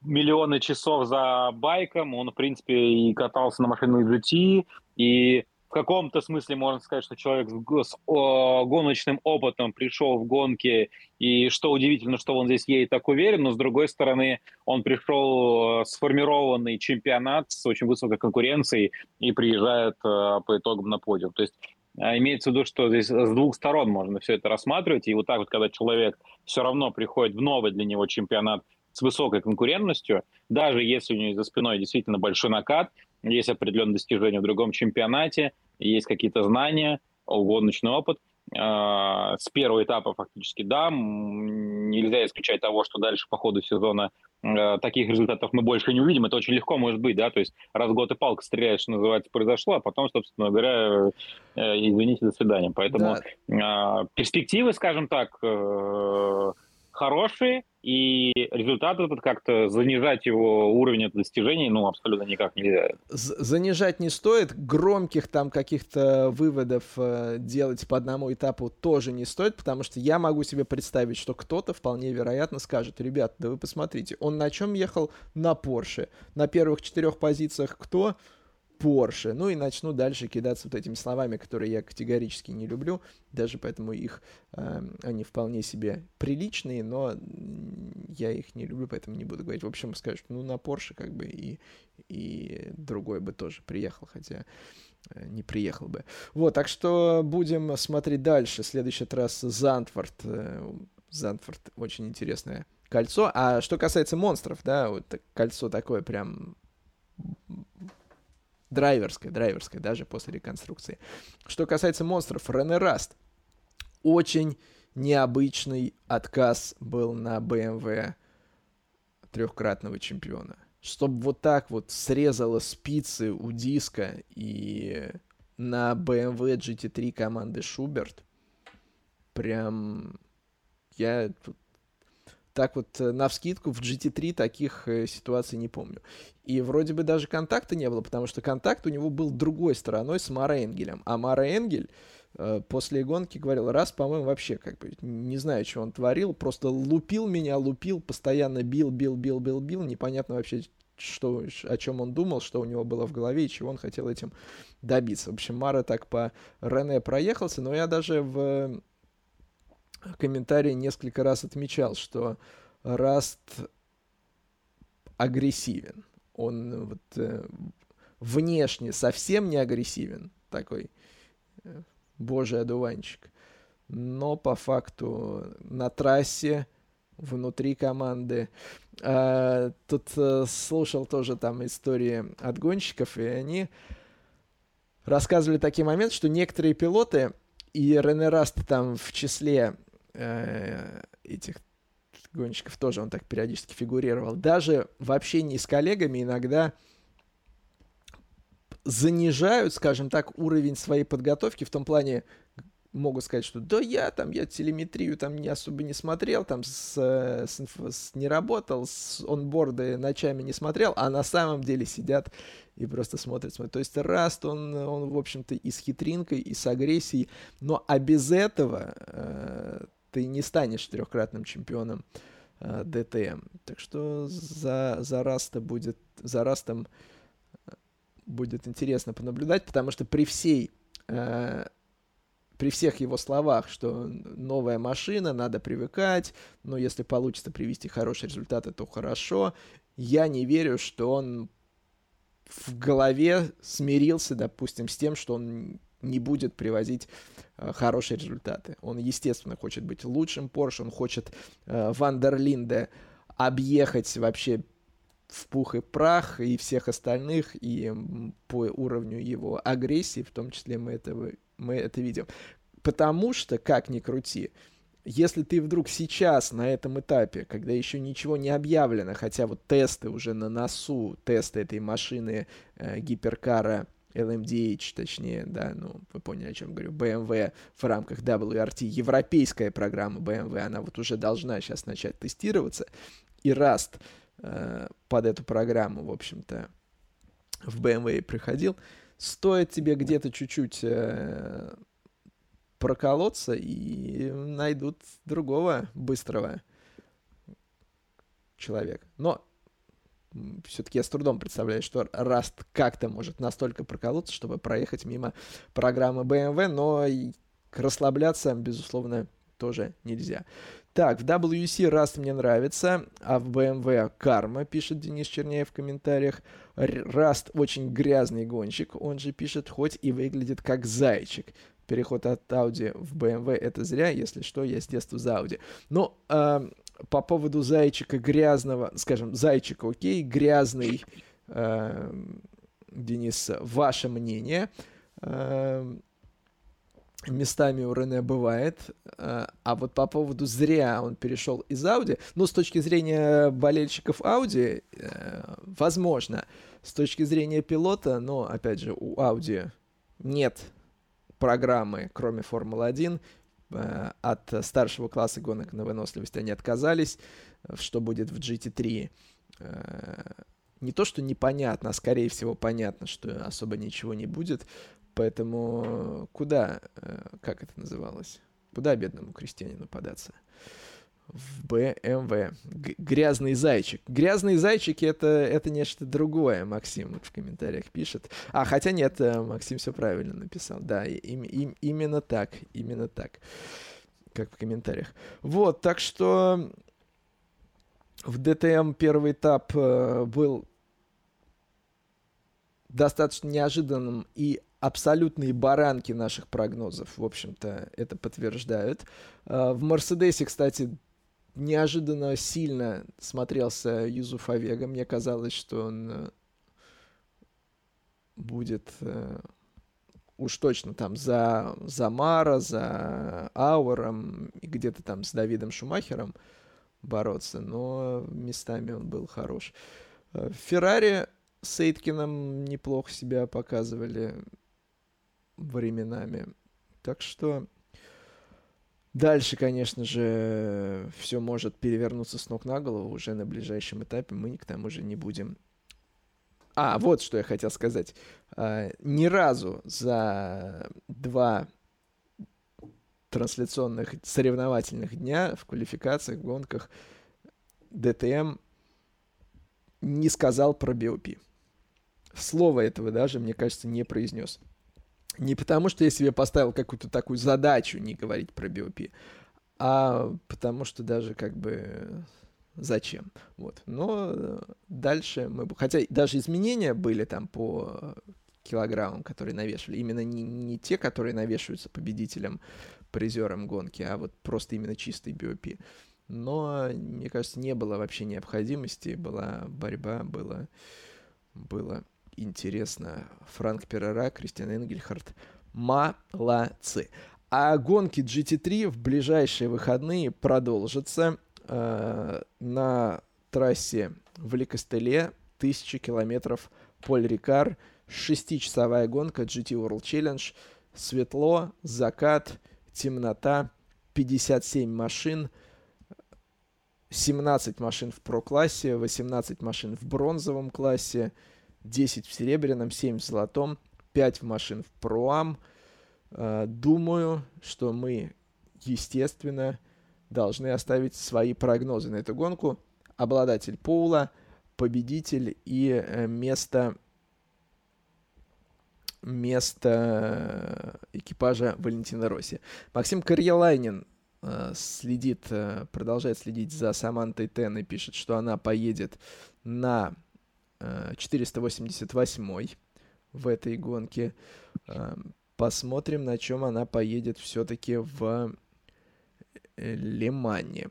миллионы часов за байком, он, в принципе, и катался на машинах джи ти, и в каком-то смысле можно сказать, что человек с гоночным опытом пришел в гонки, и что удивительно, что он здесь едет так уверен, но, с другой стороны, он пришел сформированный чемпионат с очень высокой конкуренцией и приезжает по итогам на подиум. То есть имеется в виду, что здесь с двух сторон можно все это рассматривать, и вот так вот, когда человек все равно приходит в новый для него чемпионат с высокой конкурентностью, даже если у него за спиной действительно большой накат, есть определенные достижения в другом чемпионате, есть какие-то знания, гоночный опыт. С первого этапа фактически, да, нельзя исключать того, что дальше по ходу сезона таких результатов мы больше не увидим. Это очень легко может быть, да, то есть раз в год и палка стреляет, что называется, произошло, а потом, собственно говоря, извините, до свидания. Поэтому да. Перспективы, скажем так, хорошие, и результат этот как-то занижать его уровень достижений, ну, абсолютно никак нельзя. Занижать не стоит, громких там каких-то выводов э, делать по одному этапу тоже не стоит, потому что я могу себе представить, что кто-то вполне вероятно скажет: ребят, да вы посмотрите, он на чем ехал? На Porsche. На первых четырех позициях кто? Porsche. Ну и начну дальше кидаться вот этими словами, которые я категорически не люблю, даже поэтому их, э, они вполне себе приличные, но я их не люблю, поэтому не буду говорить. В общем, скажут, ну на Porsche как бы и, и другой бы тоже приехал, хотя э, не приехал бы. Вот, так что будем смотреть дальше. Следующая трасса Зандvoort. Э, Зандvoort очень интересное кольцо. А что касается монстров, да, вот кольцо такое прям... Драйверская, драйверская, даже после реконструкции. Что касается монстров, Рене Раст. Очень необычный отказ был на бэ эм вэ трехкратного чемпиона. Чтобы вот так вот срезало спицы у диска и на бэ эм вэ джи ти три команды Шуберт. Прям я тут так вот навскидку в джи ти три таких э, ситуаций не помню. И вроде бы даже контакта не было, потому что контакт у него был другой стороной с Маро Энгелем. А Маро Энгель э, после гонки говорил: раз, по-моему, вообще как бы не знаю, что он творил, просто лупил меня, лупил, постоянно бил, бил, бил, бил, бил. Непонятно вообще, что, о чем он думал, что у него было в голове и чего он хотел этим добиться. В общем, Маро так по Рене проехался, но я даже в комментарии несколько раз отмечал, что Раст агрессивен. Он вот, э, внешне совсем не агрессивен, такой э, божий одуванчик. Но по факту на трассе, внутри команды. Э, тут э, слушал тоже там истории от гонщиков, и они рассказывали такие моменты, что некоторые пилоты, и Рене Раст там в числе э, этих гонщиков тоже, он так периодически фигурировал, даже в общении с коллегами иногда занижают, скажем так, уровень своей подготовки, в том плане могут сказать, что да я там, я телеметрию там не особо не смотрел, там с, с, с, не работал, с онборды ночами не смотрел, а на самом деле сидят и просто смотрят. смотрят. То есть Раст, он, он, в общем-то, и с хитринкой, и с агрессией, но а без этого э, ты не станешь трехкратным чемпионом э, дэ тэ эм. Так что за, за Раста будет, за Растом будет интересно понаблюдать, потому что при всей э, при всех его словах, что новая машина, надо привыкать, но если получится привести хорошие результаты, то хорошо. Я не верю, что он в голове смирился, допустим, с тем, что он не будет привозить э, хорошие результаты. Он, естественно, хочет быть лучшим Porsche, он хочет э, Ван дер Линде объехать вообще в пух и прах, и всех остальных, и по уровню его агрессии, в том числе мы этого мы это видим. Потому что, как ни крути, если ты вдруг сейчас на этом этапе, когда еще ничего не объявлено, хотя вот тесты уже на носу, тесты этой машины э, гиперкара эл эм ди эйч, точнее, да, ну, вы поняли, о чем говорю, бэ эм вэ в рамках дабл ю ар ти, европейская программа бэ эм вэ, она вот уже должна сейчас начать тестироваться, и Раст э, под эту программу, в общем-то, в бэ эм вэ приходил. Стоит тебе где-то чуть-чуть э, проколоться, и найдут другого быстрого человека. Но все-таки я с трудом представляю, что Rust как-то может настолько проколоться, чтобы проехать мимо программы бэ эм вэ, но и расслабляться, безусловно, тоже нельзя. Так, в дабл ю си Rust мне нравится, а в бэ эм вэ карма, пишет Денис Черняев в комментариях. Rust очень грязный гонщик, он же пишет, хоть и выглядит как зайчик. Переход от Audi в бэ эм вэ это зря, если что, я с детства за Audi. Но э, по поводу зайчика грязного, скажем, зайчика, окей, грязный, э, Денис, ваше мнение. Э, местами у Рене бывает, э, а вот по поводу зря он перешел из Audi, ну, с точки зрения болельщиков Audi, э, возможно, с точки зрения пилота, но, опять же, у Audi нет программы, кроме Формулы один, э, от старшего класса гонок на выносливость они отказались. Что будет в джи ти три? Э, не то, что непонятно, а скорее всего понятно, что особо ничего не будет. Поэтому куда, э, как это называлось? Куда бедному крестьянину податься? В бэ эм вэ. Г- грязный зайчик. Грязные зайчики это, это нечто другое, Максим в комментариях пишет. А, хотя нет, Максим все правильно написал. Да, им, им, именно так, именно так, как в комментариях. Вот, так что в ди ти эм первый этап э, был достаточно неожиданным, и абсолютные баранки наших прогнозов, в общем-то, это подтверждают. Э, в Мерседесе, кстати, неожиданно сильно смотрелся Юзеф Авега. Мне казалось, что он будет э, уж точно там за, за Мара, за Ауэром и где-то там с Давидом Шумахером бороться, но местами он был хорош. Феррари с Эйткиным неплохо себя показывали временами. Так что дальше, конечно же, все может перевернуться с ног на голову уже на ближайшем этапе. Мы к тому же не будем. А, вот что я хотел сказать. А, ни разу за два трансляционных соревновательных дня в квалификациях, в гонках ди ти эм не сказал про би о пи. Слова этого даже, мне кажется, не произнес. Не потому, что я себе поставил какую-то такую задачу не говорить про би о пи, а потому что даже как бы зачем. Вот. Но дальше мы... Хотя даже изменения были там по килограммам, которые навешивали. Именно не, не те, которые навешиваются победителям, призерам гонки, а вот просто именно чистый би о пи. Но, мне кажется, не было вообще необходимости. Была борьба, было, было интересно. Франк Перера, Кристиан Энгельхарт. Молодцы. А гонки джи ти три в ближайшие выходные продолжатся э, на трассе в Ле-Кастеле. Тысяча километров Поль Рикар. Шестичасовая гонка джи ти World Challenge. Светло, закат, темнота. пятьдесят семь машин. семнадцать машин в про-классе, восемнадцать машин в бронзовом классе, десять в серебряном, семь в золотом, пять машин в про-ам. Думаю, что мы, естественно, должны оставить свои прогнозы на эту гонку. Обладатель поула, победитель и место, место экипажа Валентина Росси. Максим Карьялайнин следит, продолжает следить за Самантой Тен и пишет, что она поедет на четыреста восемьдесят восьмой в этой гонке. Посмотрим, на чем она поедет все-таки в Ле-Мане.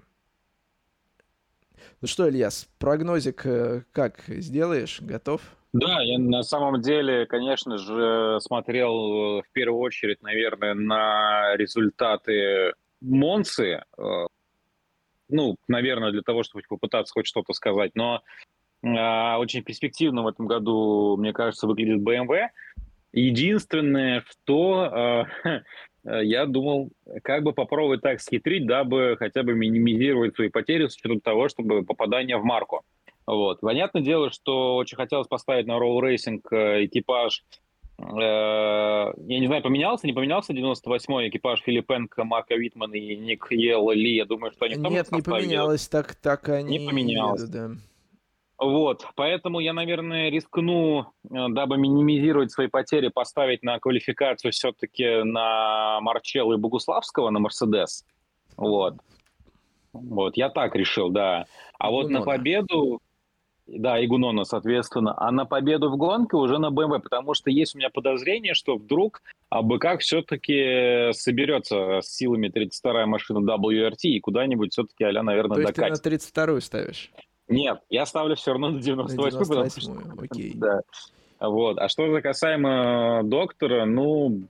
Ну что, Ильяс, прогнозик как сделаешь? Готов? Да, я на самом деле, конечно же, смотрел в первую очередь, наверное, на результаты Монцы, ну, наверное, для того, чтобы попытаться хоть что-то сказать, но э, очень перспективно в этом году, мне кажется, выглядит бэ эм вэ. Единственное, что э, я думал, как бы попробовать так схитрить, дабы хотя бы минимизировать свои потери с учетом того, чтобы попадание в марку. Вот. Понятное дело, что очень хотелось поставить на Roll Racing экипаж. Я не знаю, поменялся, не поменялся девяносто восьмой экипаж Филиппенко, Марка Витман и Ник Йелл Ли. Я думаю, что они в том Нет, не поменялось, так, так они не поменялось. едут, да. Вот, поэтому я, наверное, рискну, дабы минимизировать свои потери, поставить на квалификацию все-таки на Марчелло и Богуславского, на Мерседес. Вот. Вот, я так решил, да. А Гунона. Вот на победу, да, и Гунона, соответственно, а на победу в гонке уже на бэ эм вэ, потому что есть у меня подозрение, что вдруг АБК все-таки соберется с силами тридцать вторая машина дабл ю ар ти и куда-нибудь все-таки а-ля, наверное, То есть докатит. ты на тридцать вторую ставишь? Нет, я ставлю все равно на девяносто восьмую. На девяносто восьмую, что... окей. Да. Вот. А что же касаемо доктора, ну,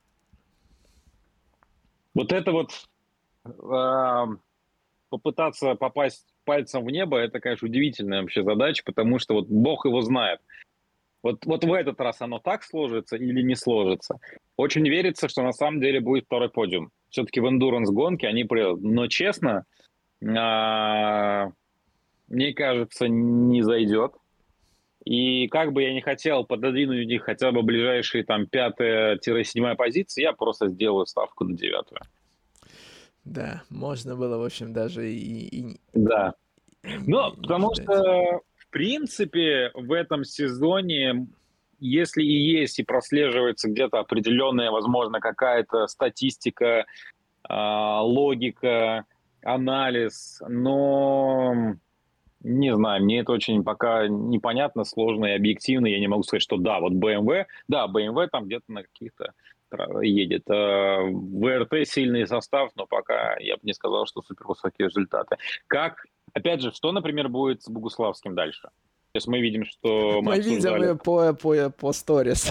вот это вот э, попытаться попасть пальцем в небо, это, конечно, удивительная вообще задача, потому что вот Бог его знает. Вот, вот в этот раз оно так сложится или не сложится. Очень верится, что на самом деле будет второй подиум. Все-таки в эндуранс-гонке они приедут. Но, честно, э, мне кажется, не зайдет. И как бы я не хотел пододвинуть у них хотя бы ближайшие там пятая-седьмая позиции, я просто сделаю ставку на девятую. Да, можно было, в общем, даже и... и... Да. Ну, и потому ждать. что, в принципе, в этом сезоне, если и есть, и прослеживается где-то определенная, возможно, какая-то статистика, логика, анализ, но... Не знаю, мне это очень пока непонятно, сложно и объективно. Я не могу сказать, что да, вот бэ эм вэ, да, бэ эм вэ там где-то на каких-то едет. вэ эр тэ сильный состав, но пока я бы не сказал, что супервысокие результаты. Как, опять же, что, например, будет с Богуславским дальше? Сейчас мы видим, что мы Мы обсуждали... видим по, по, по сторис.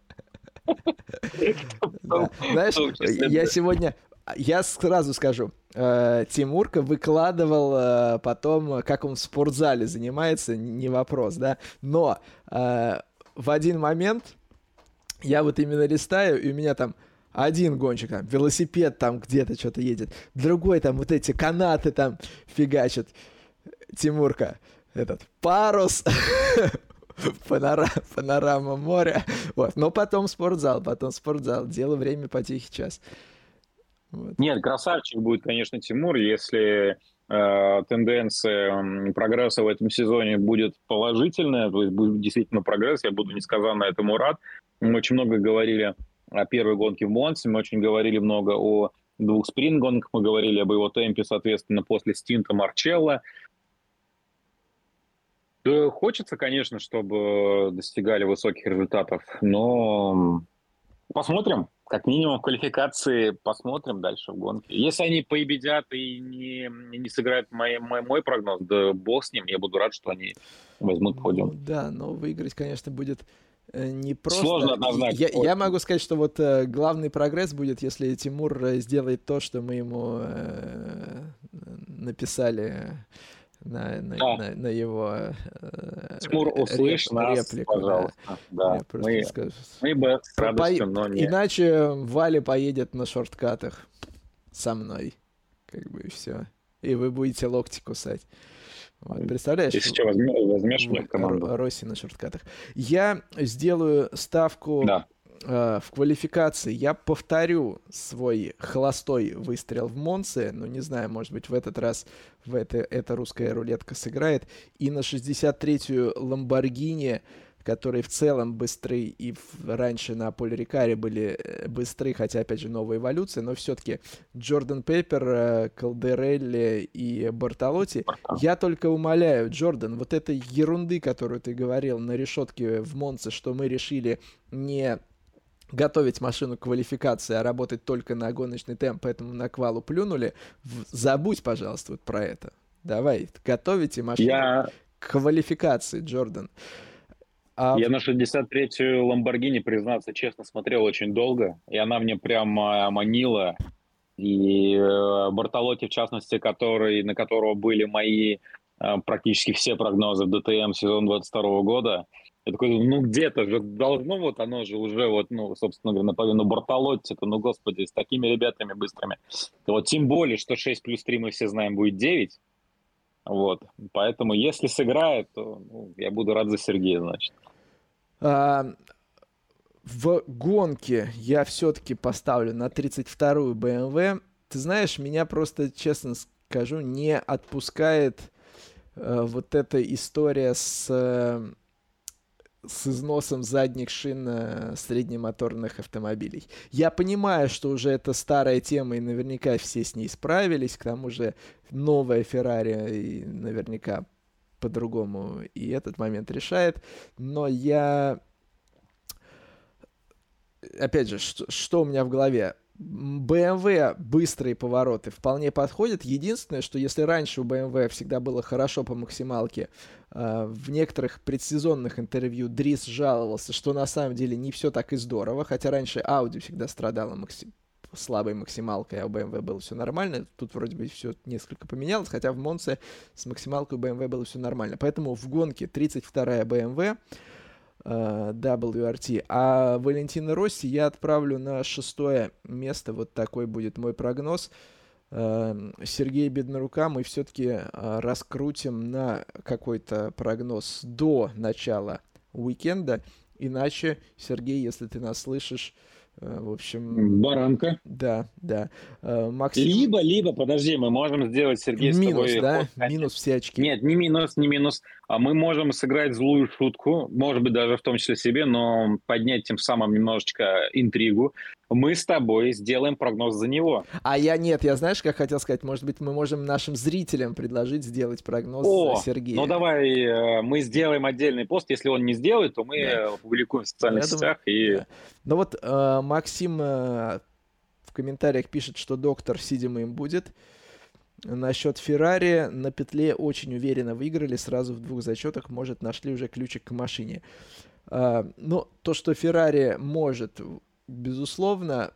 Знаешь, я сегодня... Я сразу скажу, э, Тимурка выкладывал э, потом, как он в спортзале занимается, не вопрос, да, но э, в один момент я вот именно листаю, и у меня там один гонщик, там, велосипед там где-то что-то едет, другой там вот эти канаты там фигачат, Тимурка, этот, парус, панорама, панорама моря, вот, но потом спортзал, потом спортзал, дело, время, потихий час. Вот. Нет, красавчик будет, конечно, Тимур, если э, тенденция прогресса в этом сезоне будет положительная, то есть будет действительно прогресс, я буду несказанно этому рад. Мы очень много говорили о первой гонке в Монце, мы очень говорили много о двух спринт-гонках, мы говорили об его темпе, соответственно, после стинта Марчелло. Да, хочется, конечно, чтобы достигали высоких результатов, но посмотрим. Как минимум в квалификации посмотрим дальше в гонке. Если они победят и не, не сыграют мой, мой, мой прогноз, да бог с ним, я буду рад, что они возьмут подиум. Ну, да, но выиграть, конечно, будет э, не просто. Сложно однозначно. Я, я могу сказать, что вот э, главный прогресс будет, если Тимур сделает то, что мы ему э, написали на, на, да. на, на его э, Тимур, услышь реп, нас, реплику. Пожалуйста. Да. Да. Мы, скажу, мы бы с радостью, но не... Иначе Валя поедет на шорткатах со мной. Как бы и все. И вы будете локти кусать. Вот, представляешь? Если что, возьмешь, возьмешь меня в команду. Росси на шорткатах. Я сделаю ставку... Да. В квалификации я повторю свой холостой выстрел в Монце, ну, не знаю, может быть, в этот раз в это, эта русская рулетка сыграет, и на шестьдесят третью Ламборгини, которые в целом быстры, и в, раньше на Поле Рикаре были быстры, хотя, опять же, новая эволюция, но все-таки Джордан Пеппер, Калдерелли и Бартолотти. Я только умоляю, Джордан, вот этой ерунды, которую ты говорил на решетке в Монце, что мы решили не... готовить машину к квалификации, а работать только на гоночный темп, поэтому на квалу плюнули. Забудь, пожалуйста, вот про это. Давай, готовите машину Я... к квалификации, Джордан. А... Я на шестьдесят третью Ламборгини, признаться честно, смотрел очень долго, и она мне прям манила. И Бартолотти, в частности, который, на которого были мои практически все прогнозы в ди ти эм сезон двадцать второго года, я такой, ну где-то же должно, вот оно же уже, вот, ну, собственно говоря, наполовину Бартолотти-то, ну, господи, с такими ребятами быстрыми. Вот тем более, что шесть плюс три мы все знаем будет девять. Вот, поэтому если сыграет, то ну, я буду рад за Сергея, значит. А, в гонке я все-таки поставлю на тридцать вторую бэ эм вэ. Ты знаешь, меня просто, честно скажу, не отпускает вот эта история с, с износом задних шин среднемоторных автомобилей. Я понимаю, что уже это старая тема, и наверняка все с ней справились, к тому же новая Ferrari и наверняка по-другому и этот момент решает, но я... Опять же, что, что у меня в голове? бэ эм вэ быстрые повороты вполне подходят. Единственное, что если раньше у бэ эм вэ всегда было хорошо по максималке, э, в некоторых предсезонных интервью Дрис жаловался, что на самом деле не все так и здорово, хотя раньше Audi всегда страдала максим... слабой максималкой, а у бэ эм вэ было все нормально. Тут вроде бы все несколько поменялось, хотя в Монце с максималкой у бэ эм вэ было все нормально. Поэтому в гонке тридцать вторая бэ эм вэ дабл ю ар ти, а Валентина Росси я отправлю на шестое место. Вот такой будет мой прогноз. Сергея Беднорука мы все-таки раскрутим на какой-то прогноз до начала уикенда. Иначе, Сергей, если ты нас слышишь, в общем... Баранка. Да, да. Максим... Либо, либо, подожди, мы можем сделать, Сергей, минус, с тобой... да? Ход... Минус все очки. Нет, не минус, не минус. А мы можем сыграть злую шутку, может быть, даже в том числе себе, но поднять тем самым немножечко интригу. Мы с тобой сделаем прогноз за него. А я нет, я знаешь, как хотел сказать, может быть, мы можем нашим зрителям предложить сделать прогноз О, за Сергея. Ну давай мы сделаем отдельный пост, если он не сделает, то мы да. публикуем в социальных я сетях. Думаю, и... да. Ну вот э, Максим э, в комментариях пишет, что доктор сидим им будет. Насчет Феррари на петле очень уверенно выиграли, сразу в двух зачетах, может, нашли уже ключик к машине. Э, ну, то, что Феррари может... Безусловно,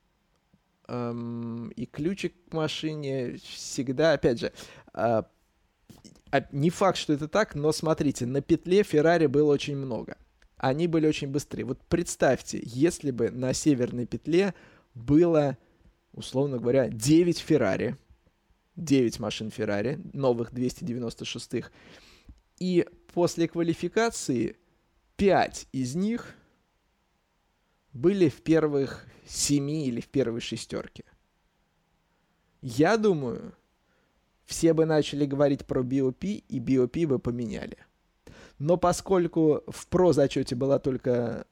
эм, и ключик к машине всегда, опять же, э, не факт, что это так, но смотрите, на петле Феррари было очень много. Они были очень быстрые. Вот представьте, если бы на северной петле было, условно говоря, девять Феррари, девять машин Феррари, новых двести девяносто шестых, и после квалификации пять из них были в первых семи или в первой шестерке. Я думаю, все бы начали говорить про би о пи, и би о пи бы поменяли. Но поскольку в про-зачете была только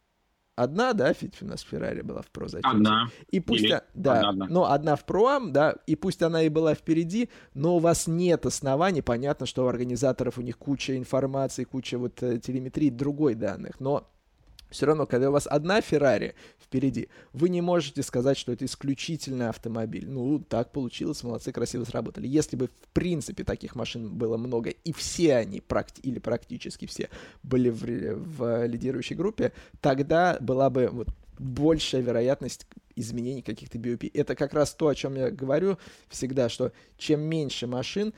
одна, да, ведь у нас Феррари была в про-зачете. Одна. И пусть, Или... а, да, одна, одна. ну, одна в про-ам, да, и пусть она и была впереди, но у вас нет оснований, понятно, что у организаторов у них куча информации, куча вот телеметрии, другой данных, но все равно, когда у вас одна Феррари впереди, вы не можете сказать, что это исключительно автомобиль. Ну, так получилось, молодцы, красиво сработали. Если бы, в принципе, таких машин было много, и все они, практи- или практически все, были в, в лидирующей группе, тогда была бы вот большая вероятность изменений каких-то би о пи. Это как раз то, о чем я говорю всегда, что чем меньше машин,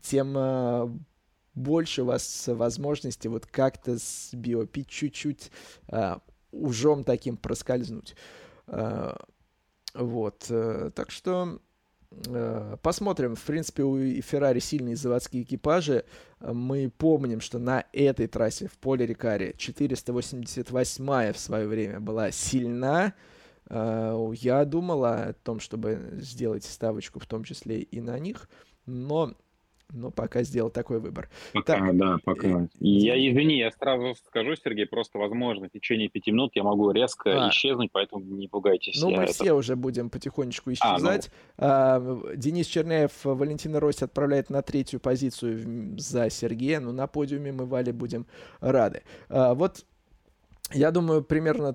тем... больше у вас возможности вот как-то с би о пи чуть-чуть а, ужом таким проскользнуть. А, вот. А, так что а, посмотрим. В принципе, у Ferrari сильные заводские экипажи. Мы помним, что на этой трассе в Поле-Рикаре четыреста восемьдесят восьмая в свое время была сильна. А, я думал о том, чтобы сделать ставочку в том числе и на них, но... Но пока сделал такой выбор. Пока, так, да, пока. Я, извини, я сразу скажу, Сергей, просто, возможно, в течение пяти минут я могу резко а. исчезнуть, поэтому не пугайтесь. Ну, мы это... все уже будем потихонечку исчезать. А, ну... а, Денис Черняев Валентина Росси отправляет на третью позицию за Сергея. Ну, на подиуме мы, Вале, будем рады. А, вот, я думаю, примерно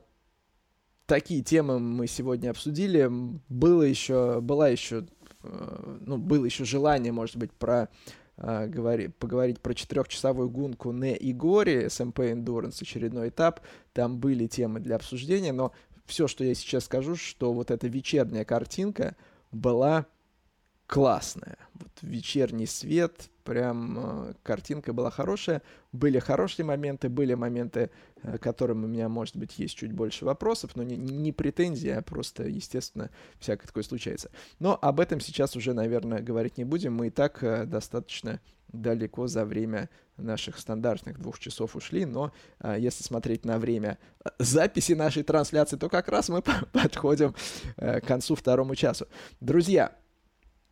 такие темы мы сегодня обсудили. Было еще, была еще... Ну, было еще желание, может быть, про, э, говори, поговорить про четырехчасовую гонку на Игоре, эс эм пи Endurance, очередной этап. Там были темы для обсуждения, но все, что я сейчас скажу, что вот эта вечерняя картинка была классная. Вот вечерний свет, прям э, картинка была хорошая. Были хорошие моменты, были моменты, э, к которым у меня, может быть, есть чуть больше вопросов, но не, не претензии, а просто, естественно, всякое такое случается. Но об этом сейчас уже, наверное, говорить не будем. Мы и так э, достаточно далеко за время наших стандартных двух часов ушли, но э, если смотреть на время записи нашей трансляции, то как раз мы подходим э, к концу второму часу. Друзья,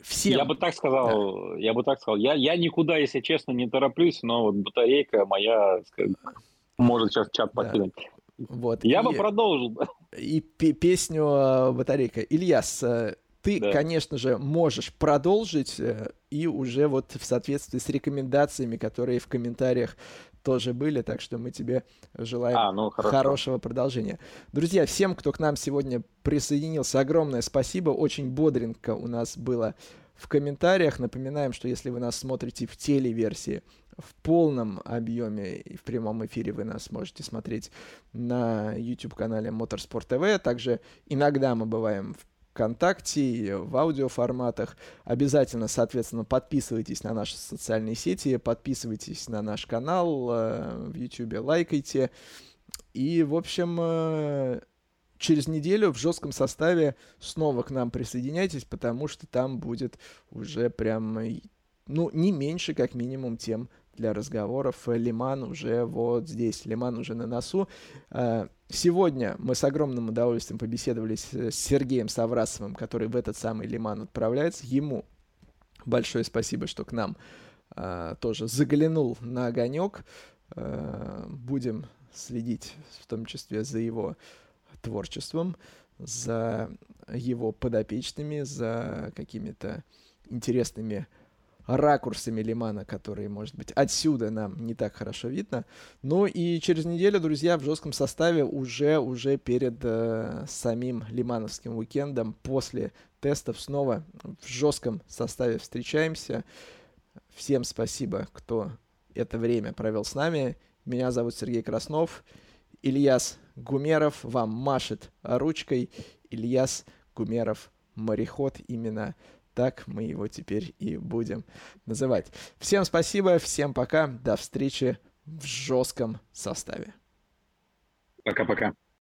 всем... Я бы так сказал, да. я бы так сказал. Я, я никуда, если честно, не тороплюсь, но вот батарейка моя может сейчас чат да. покинуть. Вот. Я и, бы продолжил. И песню «Батарейка». Ильяс, ты, да. конечно же, можешь продолжить и уже вот в соответствии с рекомендациями, которые в комментариях тоже были, так что мы тебе желаем а, ну, хорошего продолжения. Друзья, всем, кто к нам сегодня присоединился, огромное спасибо. Очень бодренько у нас было в комментариях. Напоминаем, что если вы нас смотрите в телеверсии, в полном объеме и в прямом эфире вы нас можете смотреть на YouTube-канале Motorsport ти ви. Также иногда мы бываем в ВКонтакте, в аудиоформатах. Обязательно, соответственно, подписывайтесь на наши социальные сети, подписывайтесь на наш канал э, в YouTube, лайкайте. И, в общем, э, через неделю в жестком составе снова к нам присоединяйтесь, потому что там будет уже прям, ну, не меньше, как минимум, тем для разговоров. Лиман уже вот здесь, Лиман уже на носу. Сегодня мы с огромным удовольствием побеседовали с Сергеем Саврасовым, который в этот самый Лиман отправляется. Ему большое спасибо, что к нам тоже заглянул на огонек. Будем следить в том числе за его творчеством, за его подопечными, за какими-то интересными ракурсами Лимана, которые, может быть, отсюда нам не так хорошо видно. Ну и через неделю, друзья, в жестком составе уже, уже перед э, самим лимановским уикендом, после тестов снова в жестком составе встречаемся. Всем спасибо, кто это время провел с нами. Меня зовут Сергей Краснов. Ильяс Гумеров вам машет ручкой. Ильяс Гумеров, мореход, именно так мы его теперь и будем называть. Всем спасибо, всем пока, до встречи в жестком составе. Пока-пока.